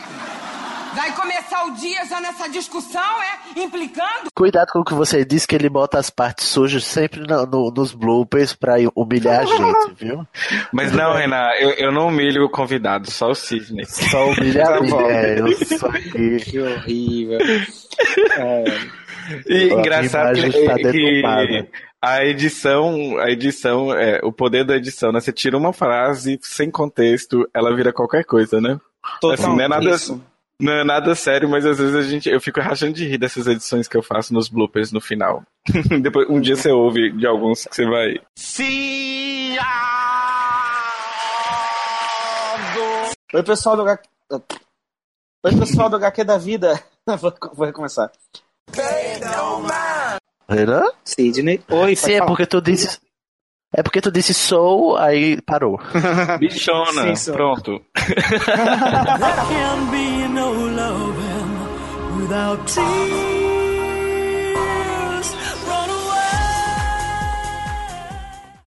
Vai começar o dia já nessa discussão, é? Implicando? Cuidado com o que você disse, que ele bota as partes sujas sempre no, no, nos bloopers pra humilhar a gente, viu? Mas não, Renan, eu, eu não humilho o convidado, só o Sidney. Só humilha a mim, é, eu só que... Que horrível. É. E engraçado que, tá que a edição, a edição, é, o poder da edição, né? Você tira uma frase sem contexto, ela vira qualquer coisa, né? Total, assim, não é nada, isso. não é nada sério, mas às vezes a gente, eu fico rachando de rir dessas edições que eu faço nos bloopers no final. Depois, um dia você ouve de alguns que você vai... Sim! Oi, pessoal do H Q... Oi, pessoal do H Q da vida. Vou, vou recomeçar. Renan? Sidney. Oi, Sim, é porque tu disse... É porque tu disse sou, aí parou. Bichona, Sim, pronto. There can be no loving without tears.